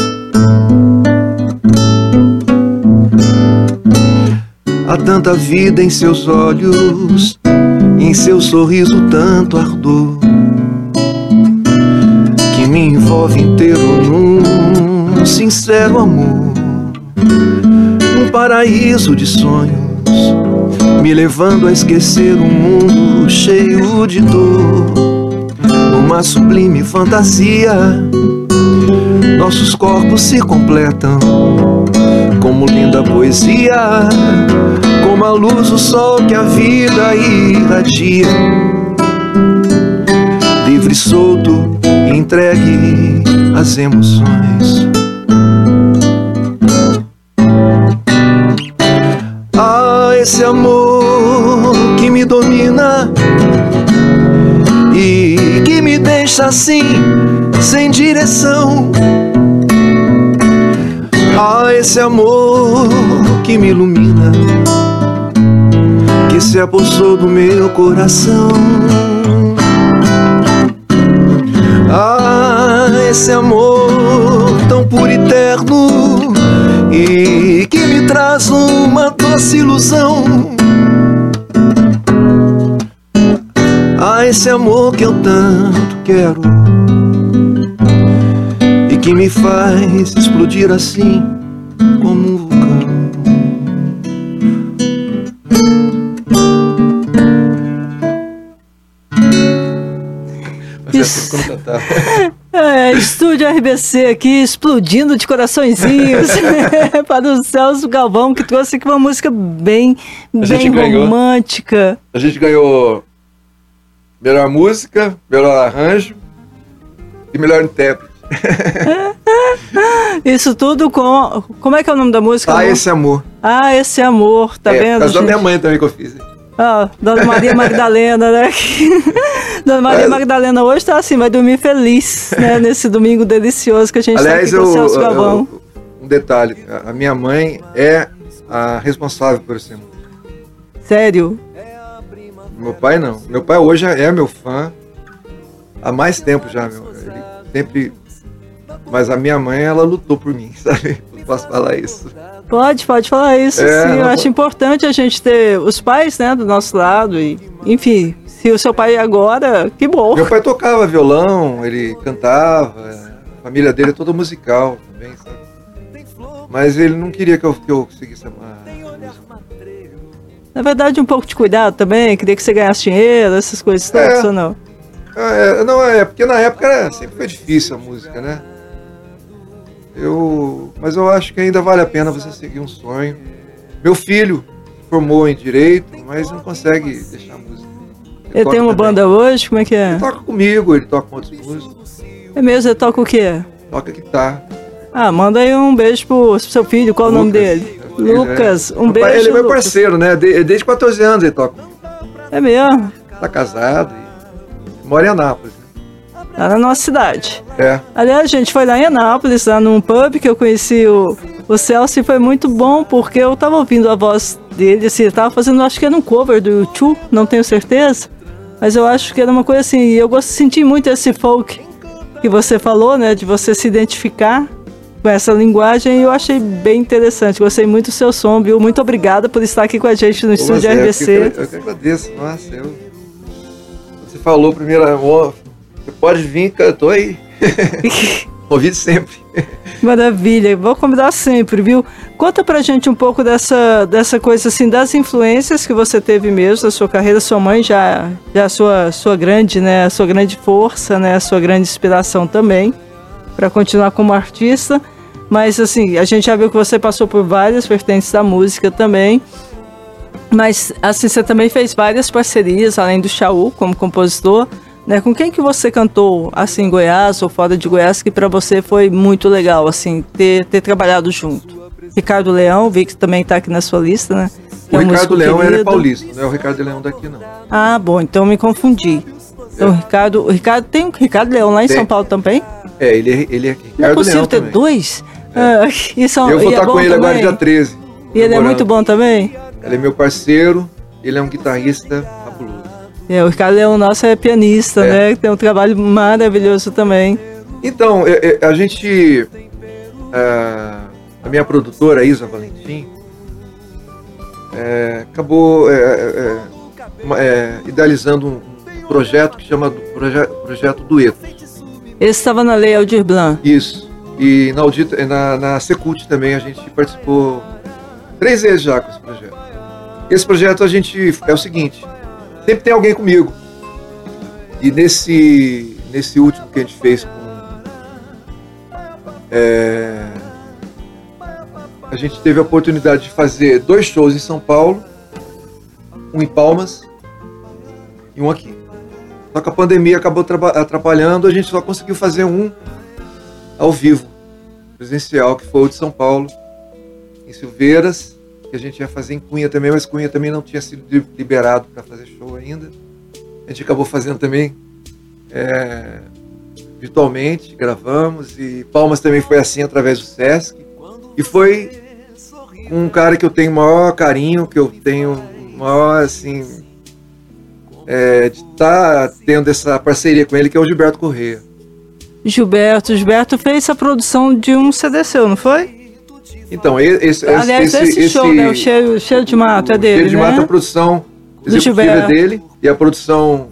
Há tanta vida em seus olhos, em seu sorriso tanto ardor, que me envolve inteiro num sincero amor, num paraíso de sonhos, me levando a esquecer um mundo cheio de dor. Numa sublime fantasia, nossos corpos se completam como linda poesia, como a luz do sol que a vida irradia. Livre, solto, entregue às emoções. Esse amor que me domina e que me deixa assim, sem direção. Esse amor que me ilumina, que se apossou do meu coração. Esse amor tão puro e terno e que me traz uma doce ilusão. Esse amor que eu tanto quero e que me faz explodir assim como um vulcão. Estúdio RBC aqui, explodindo de coraçõezinhos para o Celso Galvão, que trouxe aqui uma música bem romântica. A gente ganhou melhor música, melhor arranjo e melhor intérprete. Isso tudo com... Como é que é o nome da música? Esse amor. Esse amor, tá vendo? Por causa da minha mãe também que eu fiz. Dona Maria Magdalena, né? Dona Maria Magdalena hoje tá assim, vai dormir feliz, né? Nesse domingo delicioso que a gente tá aqui com o Celso Galvão. Um detalhe, a minha mãe é a responsável por esse amor. Sério? Meu pai não. Meu pai hoje é meu fã há mais tempo já, ele sempre... Mas a minha mãe, ela lutou por mim, sabe? Não posso falar isso. Pode falar isso, sim. Eu acho importante a gente ter os pais, né, do nosso lado. E, enfim, se o seu pai agora, que bom. Meu pai tocava violão, ele cantava, a família dele é toda musical também, sabe? Mas ele não queria que eu seguisse a música. Na verdade, um pouco de cuidado também, queria que você ganhasse dinheiro, essas coisas todas, ou não? Porque na época sempre foi difícil a música, né? Mas eu acho que ainda vale a pena você seguir um sonho. Meu filho formou em Direito, mas não consegue deixar a música. Ele tem uma banda hoje? Como é que é? Ele toca comigo, ele toca com outros músicos. É mesmo? Ele toca o quê? Toca guitarra. Manda aí um beijo pro seu filho. Qual Lucas, o nome dele? Lucas, um beijo. Ele é meu parceiro, né? Desde 14 anos ele toca comigo. É mesmo? Tá casado e mora em Anápolis. Lá na nossa cidade. É. Aliás, a gente foi lá em Anápolis, lá num pub que eu conheci o Celso, e foi muito bom, porque eu tava ouvindo a voz dele, assim, ele tava fazendo, acho que era um cover do U2, não tenho certeza, mas eu acho que era uma coisa assim, e eu senti muito esse folk que você falou, né, de você se identificar com essa linguagem e eu achei bem interessante. Gostei muito do seu som, viu? Muito obrigada por estar aqui com a gente no estúdio RBC. Eu que agradeço. Nossa, você falou primeiro, você pode vir, que eu tô aí. Convide sempre. Maravilha, vou convidar sempre, viu? Conta pra gente um pouco dessa coisa assim, das influências que você teve mesmo da sua carreira. Sua mãe já a sua grande, né, a sua grande força, né, a sua grande inspiração também para continuar como artista. Mas assim, a gente já viu que você passou por várias vertentes da música também. Mas assim, você também fez várias parcerias além do Chaú como compositor, né? Com quem que você cantou assim em Goiás ou fora de Goiás que para você foi muito legal assim ter trabalhado junto? Ricardo Leão, vi que também está aqui na sua lista, né? O Ricardo Leão é paulista, não é o Ricardo Leão daqui não. Ah, bom, então me confundi. Então o Ricardo tem o Ricardo Leão lá em São Paulo também? Ele é Ricardo Leão. Não é possível ter também. Dois? Eu vou estar com ele agora dia 13. E ele é muito bom também? Ele é meu parceiro, ele é um guitarrista fabuloso. O Ricardo Leão nosso é pianista, né? Tem um trabalho maravilhoso também. Então, a gente... A minha produtora, Isa Valentim, acabou idealizando um projeto que chama Projeto Dueto. Esse estava na Lei Aldir Blanc. Isso. E na Secult também a gente participou 3 vezes já com esse projeto. Esse projeto a gente é o seguinte, sempre tem alguém comigo. E nesse último que a gente fez a gente teve a oportunidade de fazer 2 shows em São Paulo, um em Palmas e um aqui. Só que a pandemia acabou atrapalhando, a gente só conseguiu fazer um ao vivo, presencial, que foi o de São Paulo, em Silveiras, que a gente ia fazer em Cunha também, mas Cunha também não tinha sido liberado para fazer show ainda. A gente acabou fazendo também virtualmente, gravamos, e Palmas também foi assim, através do Sesc. E foi com um cara que eu tenho o maior carinho, que eu tenho o maior, assim, de estar tendo essa parceria com ele, que é o Gilberto Corrêa. Gilberto fez a produção de um CD seu, não foi? Então, esse show, né? O Cheiro de Mato é dele, Cheiro de Mato, a produção executiva é dele, e a produção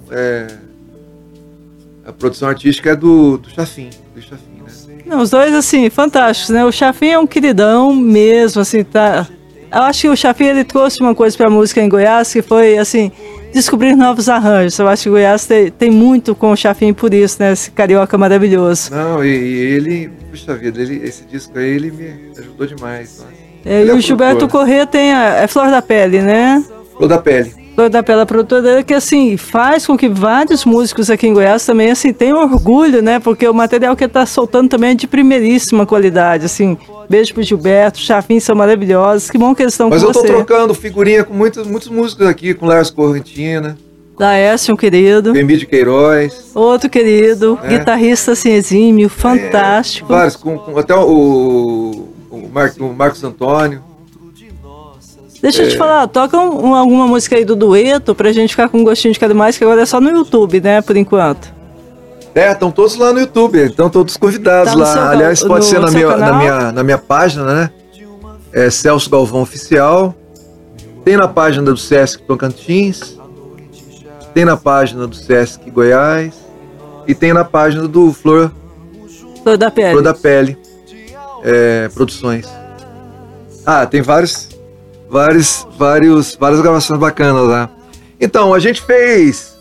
artística é do Chafim, né? Não, os dois, assim, fantásticos, né? O Chafim é um queridão mesmo, assim, tá... Eu acho que o Chafim, ele trouxe uma coisa pra música em Goiás, que foi, assim, descobrir novos arranjos. Eu acho que Goiás tem muito com o Chafim por isso, né? Esse carioca maravilhoso. Não, e ele, puxa vida, esse disco aí, ele me ajudou demais. E o Gilberto Corrêa tem Flor da Pele, né? Flor da Pele. Flor da Pele, a produtora dele, que assim, faz com que vários músicos aqui em Goiás também, assim, tenham orgulho, né? Porque o material que ele tá soltando também é de primeiríssima qualidade, assim. Beijo pro Gilberto, Chafim são maravilhosos, que bom que eles estão com você. Mas eu tô trocando figurinha com muitos músicos aqui, com Lars Correntina. Laércio, um querido. Emílio Queiroz. Outro querido, guitarrista assim, exímio, fantástico. Vários, até o Marcos Antônio. Deixa eu te falar, toca alguma música aí do Dueto pra gente ficar com um gostinho de cada mais, que agora é só no YouTube, né, por enquanto. Estão todos lá no YouTube, então todos convidados lá. Aliás, pode ser na minha página, né? Celso Galvão Oficial. Tem na página do Sesc Tocantins. Tem na página do Sesc Goiás. E tem na página do Flor da Pele. Produções. Tem várias gravações bacanas lá. Então, a gente fez...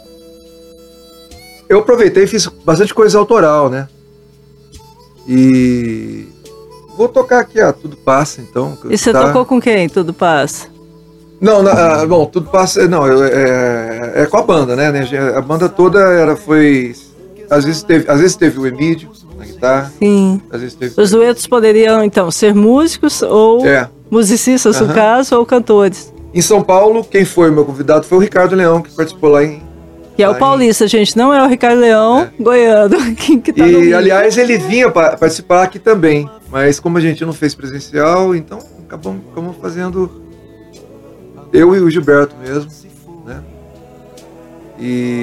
Eu aproveitei e fiz bastante coisa autoral, né? E... Vou tocar aqui, Tudo Passa, então. E você tocou com quem, Tudo Passa? Não, bom, Tudo Passa... Não, é com a banda, né? A banda toda foi... Às vezes teve o Emílio na guitarra. Sim. Às vezes teve... Os duetos poderiam, então, ser músicos ou... musicistas, no caso, ou cantores. Em São Paulo, quem foi meu convidado foi o Ricardo Leão, que participou lá em... Que é o paulista, gente, não é o Ricardo Leão, goiano. Que tá e, aliás, ele vinha participar aqui também, mas como a gente não fez presencial, então acabamos fazendo eu e o Gilberto mesmo, né?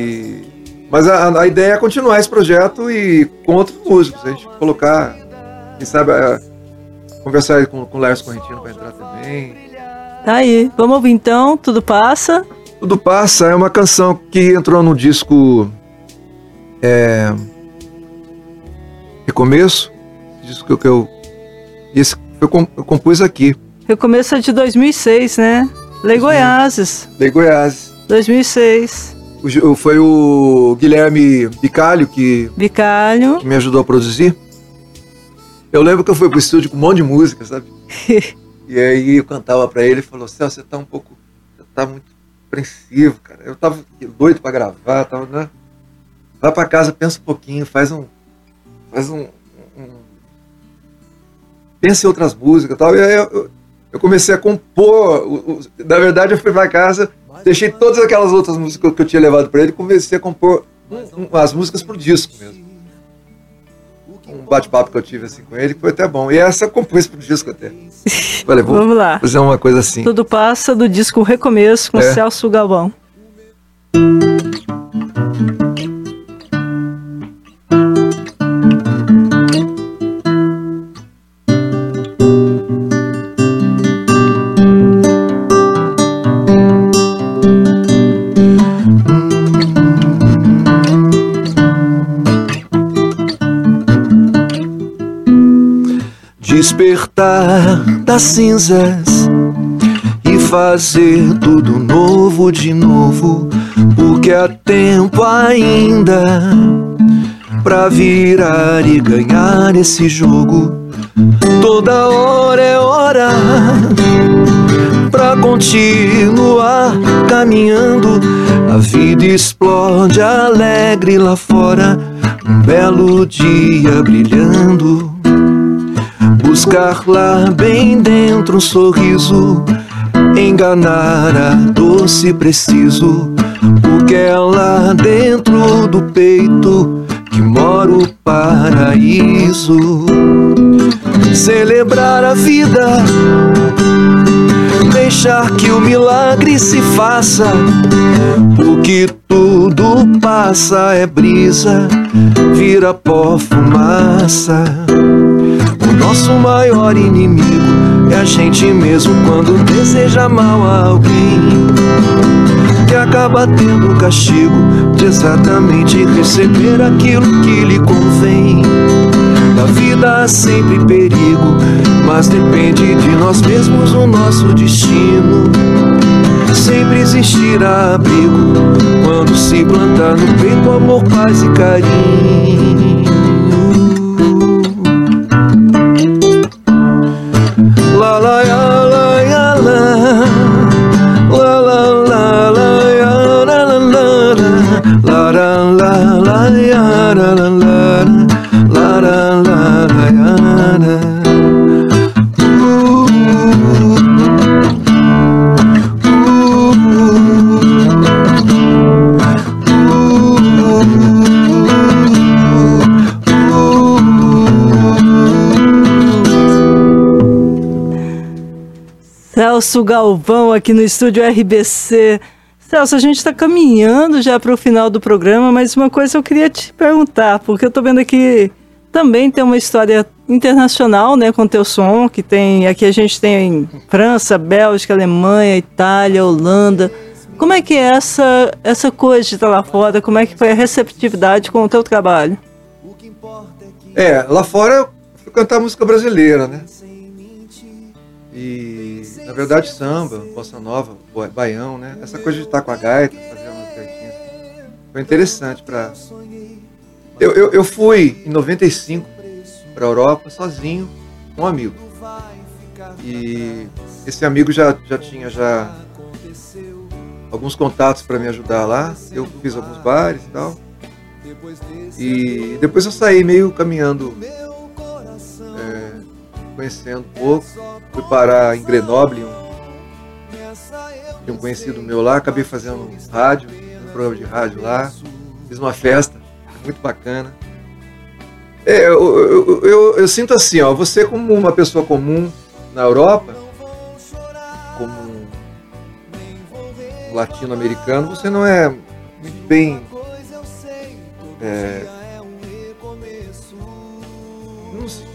Mas a ideia é continuar esse projeto e com outros músicos, a gente colocar Quem sabe conversar aí com o Lars Correntino para entrar também. Tá aí, vamos ouvir então, Tudo Passa. Tudo Passa é uma canção que entrou no disco Recomeço, disco que eu compus aqui. Recomeço é de 2006, né? Lei Goiás. 2006. Foi o Guilherme Bicalho que me ajudou a produzir. Eu lembro que eu fui pro estúdio com um monte de música, sabe? E aí eu cantava pra ele e falou: Celso, você tá muito apreensivo, cara. Eu tava doido pra gravar, né? Vai pra casa, pensa um pouquinho, faz um pensa em outras músicas e tal. E aí eu comecei a compor. Na verdade, eu fui pra casa, deixei todas aquelas outras músicas que eu tinha levado pra ele e comecei a compor as músicas pro disco mesmo. Um bate-papo que eu tive assim com ele, que foi até bom. E essa eu compus pro disco até. Falei, vamos lá. Fazer uma coisa assim. Tudo Passa, do disco Recomeço, com Celso Galvão. Despertar das cinzas e fazer tudo novo de novo, porque há tempo ainda pra virar e ganhar esse jogo. Toda hora é hora pra continuar caminhando. A vida explode alegre lá fora, um belo dia brilhando. Buscar lá bem dentro um sorriso, enganar a dor se preciso, porque é lá dentro do peito que mora o paraíso. Celebrar a vida, deixar que o milagre se faça, porque tudo passa, é brisa, vira pó, fumaça. O nosso maior inimigo é a gente mesmo quando deseja mal a alguém, que acaba tendo o castigo de exatamente receber aquilo que lhe convém. Na vida há sempre perigo, mas depende de nós mesmos o nosso destino. Sempre existirá abrigo quando se plantar no peito amor, paz e carinho. La la la la la la la la la la la la la la. Celso Galvão aqui no estúdio RBC. Celso, a gente está caminhando já para o final do programa, mas uma coisa eu queria te perguntar, porque eu estou vendo aqui também tem uma história internacional, né, com teu som, que tem, aqui a gente tem França, Bélgica, Alemanha, Itália, Holanda. Como é que é essa coisa de estar lá fora? Como é que foi a receptividade com o teu trabalho? Lá fora eu fui cantar música brasileira, né? E, na verdade, samba, bossa nova, baião, né? Essa coisa de estar com a gaita, fazer umas gaitinhas, foi interessante para... Eu fui, em 95, para a Europa, sozinho, com um amigo. E esse amigo já tinha alguns contatos para me ajudar lá. Eu fiz alguns bares e tal. E depois eu saí meio caminhando, conhecendo um pouco. Fui parar em Grenoble, um conhecido meu lá. Acabei fazendo um programa de rádio lá. Fiz uma festa, muito bacana. Eu sinto assim, ó, você como uma pessoa comum na Europa, como um latino-americano, você não é muito bem...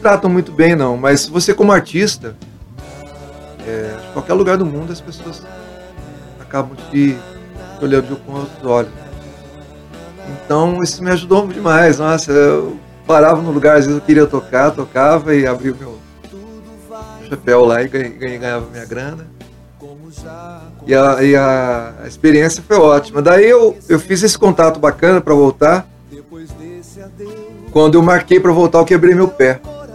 tratam muito bem, não. Mas você como artista, em qualquer lugar do mundo, as pessoas acabam te olhando com outros olhos. Então, isso me ajudou demais. Nossa, eu parava no lugar, às vezes eu queria tocar, tocava e abria o meu chapéu lá e ganhava minha grana. E a experiência foi ótima. Daí eu fiz esse contato bacana para voltar. Quando eu marquei para voltar, eu quebrei meu pé.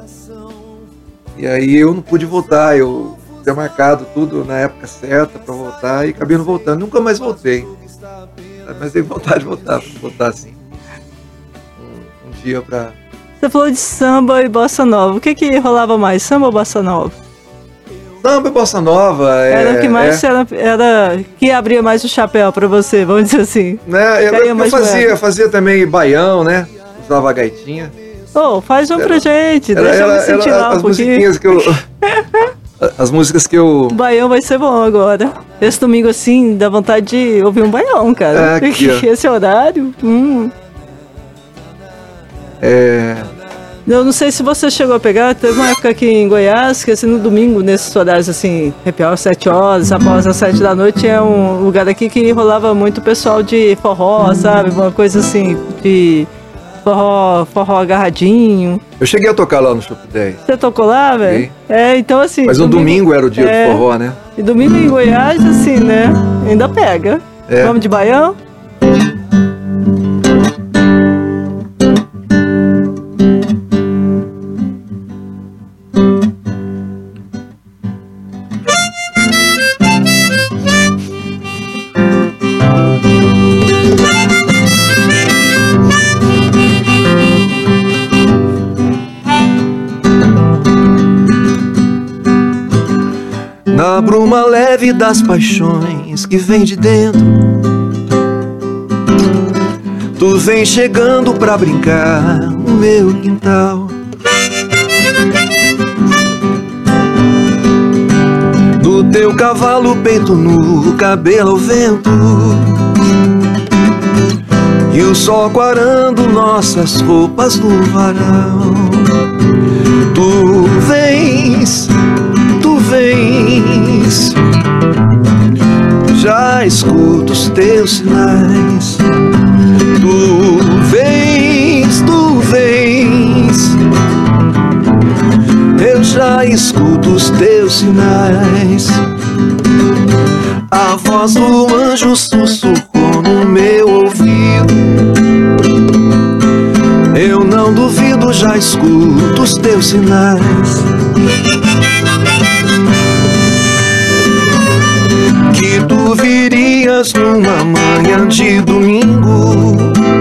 E aí eu não pude voltar. Eu tinha marcado tudo na época certa para voltar e acabei não voltando. Nunca mais voltei. Mas tenho vontade de voltar assim. Um dia pra... Você falou de samba e bossa nova. O que rolava mais, samba ou bossa nova? Samba e bossa nova. Era o que mais era que abria mais o chapéu pra você, vamos dizer assim. Né? Eu fazia também baião, né? Usava a gaitinha. Faz um pra gente, deixa eu me sentir lá um pouquinho. As músicas que eu... O baião vai ser bom agora. Esse domingo, assim, dá vontade de ouvir um baião, cara. Aqui, esse horário... Eu não sei se você chegou a pegar, teve uma época aqui em Goiás, que assim, no domingo, nesses horários assim, happy hour 7 horas, após as 7 da noite, é um lugar aqui que rolava muito pessoal de forró, sabe? Uma coisa assim, de... Forró agarradinho. Eu cheguei a tocar lá no Shop 10. Você tocou lá, velho? Então assim... Mas no domingo era o dia do forró, né? E domingo em Goiás, assim, né? Ainda pega. Vamos de baião? Na bruma leve das paixões que vem de dentro, tu vem chegando pra brincar no meu quintal. Do teu cavalo peito nu, cabelo ao vento, e o sol quarando nossas roupas no varal. Tu vens, já escuto os teus sinais. Tu vens, eu já escuto os teus sinais. A voz do anjo sussurrou no meu ouvido. Eu não duvido, já escuto os teus sinais. Que tu virias numa manhã de domingo.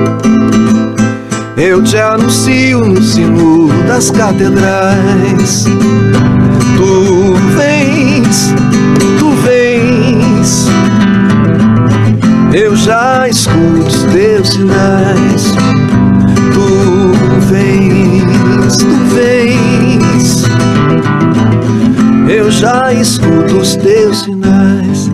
Eu te anuncio no sino das catedrais. Tu vens, eu já escuto os teus sinais. Tu vens, eu já escuto os teus sinais.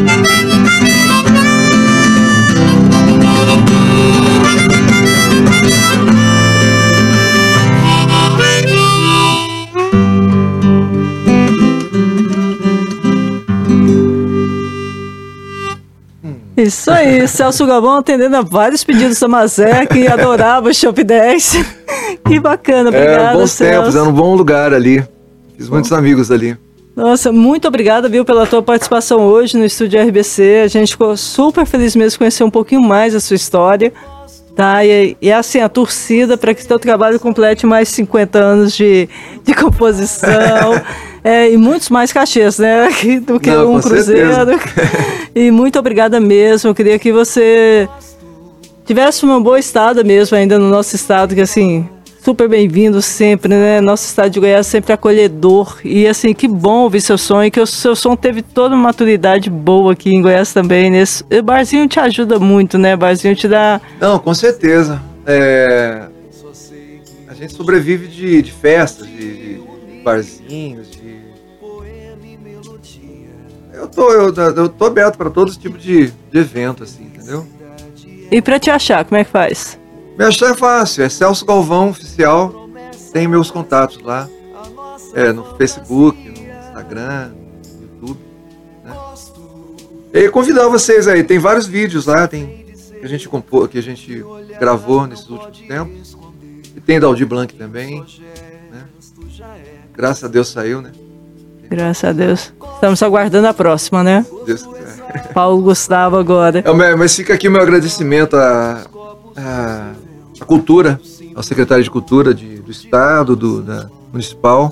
Isso aí, Celso Galvão atendendo a vários pedidos da Mazé, que adorava o Shop 10. Que bacana, obrigada, bons Celso. Tempos, era um bom lugar ali. Fiz muitos amigos ali. Nossa, muito obrigada, viu, pela tua participação hoje no Estúdio RBC. A gente ficou super feliz mesmo de conhecer um pouquinho mais a sua história. Tá? E assim, a torcida para que seu trabalho complete mais 50 anos de composição. E muitos mais cachês, né? Do que um cruzeiro. E muito obrigada mesmo. Eu queria que você tivesse uma boa estada mesmo ainda no nosso estado, que assim, super bem-vindo sempre, né? Nosso estado de Goiás sempre acolhedor. E assim, que bom ouvir seu som e que o seu som teve toda uma maturidade boa aqui em Goiás também. O barzinho te ajuda muito, né? O barzinho te dá... Não, com certeza. A gente sobrevive de festas, de barzinhos, Eu tô aberto para todo tipo de evento, assim, entendeu? E para te achar, como é que faz? Me achar é fácil, é Celso Galvão Oficial tem meus contatos lá, no Facebook, no Instagram, no YouTube, né? E convidar vocês aí, tem vários vídeos lá, que a gente gravou nesses últimos tempos, e tem da Aldir Blanc também, né? Graças a Deus saiu, né? Graças a Deus. Estamos aguardando a próxima, né? Deus quiser. Paulo Gustavo agora. Mas fica aqui o meu agradecimento à cultura, ao secretário de Cultura do Estado, da Municipal.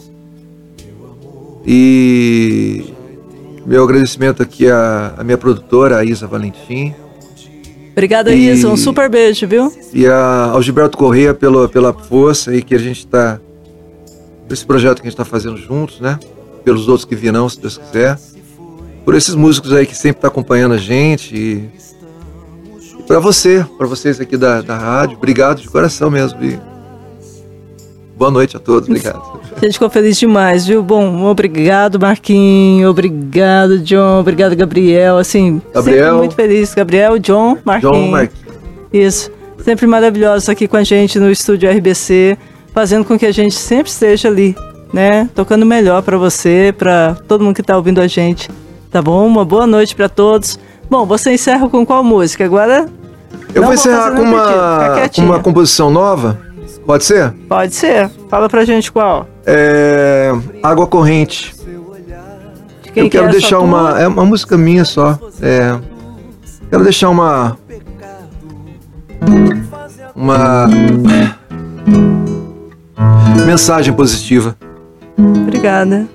E meu agradecimento aqui à minha produtora, a Isa Valentim. Obrigada, Isa. Um super beijo, viu? E ao Gilberto Corrêa pela força aí que a gente está... Esse projeto que a gente está fazendo juntos, né? Pelos outros que virão, se Deus quiser. Por esses músicos aí que sempre estão acompanhando a gente. E para vocês aqui da rádio, obrigado de coração mesmo. E boa noite a todos, obrigado. A gente ficou feliz demais, viu? Bom, obrigado, Marquinhos, obrigado, John, obrigado, Gabriel. Assim, sempre muito feliz. Gabriel, John, Marquinhos. Isso, sempre maravilhosos aqui com a gente no estúdio RBC, fazendo com que a gente sempre esteja ali, né? Tocando melhor para você, para todo mundo que tá ouvindo a gente. Tá bom? Uma boa noite para todos. Bom, você encerra com qual música? Agora... Eu vou encerrar com uma composição nova. Pode ser? Pode ser. Fala pra gente qual. Água Corrente. De quem eu quero deixar uma música minha só. Quero deixar uma mensagem positiva. Obrigada.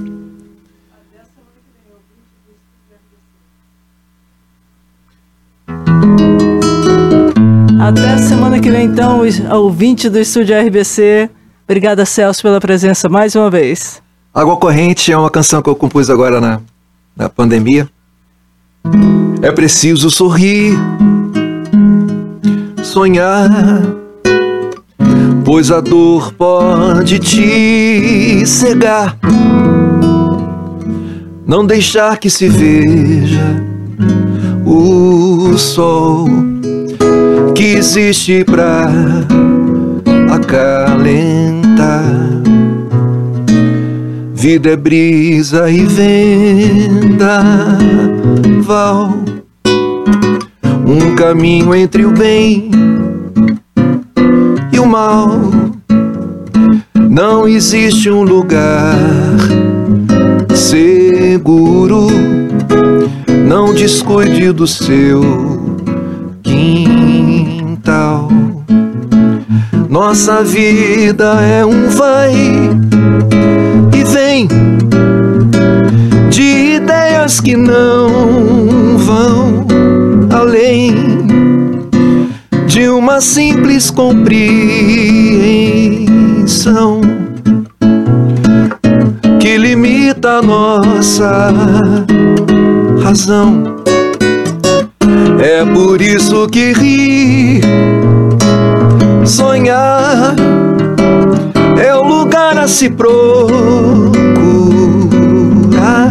Até a semana que vem, então, ouvinte do estúdio RBC. Obrigada, Celso, pela presença mais uma vez. Água Corrente é uma canção que eu compus agora na pandemia. É preciso sorrir, sonhar, pois a dor pode te cegar. Não deixar que se veja o sol que existe pra acalentar. Vida é brisa e vendaval, um caminho entre o bem e o mal. Não existe um lugar seguro, não descuide do seu quintal. Nossa vida é um vai e vem de ideias que não vão além de uma simples compreensão que limita a nossa razão. É por isso que rir, sonhar é o lugar a se procurar,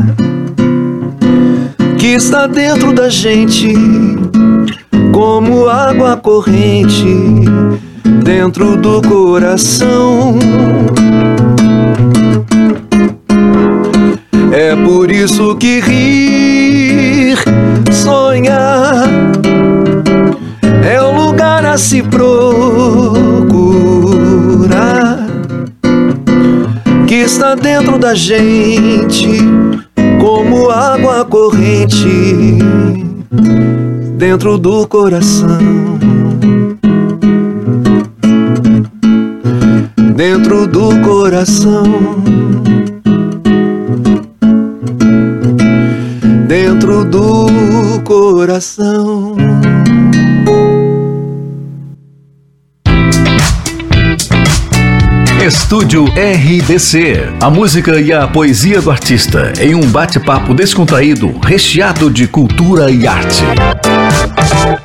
que está dentro da gente como água corrente dentro do coração. É por isso que rir, sonhar é o lugar a se procurar, que está dentro da gente como água corrente dentro do coração. Dentro do coração. Dentro do coração. Estúdio RBC. A música e a poesia do artista em um bate-papo descontraído, recheado de cultura e arte.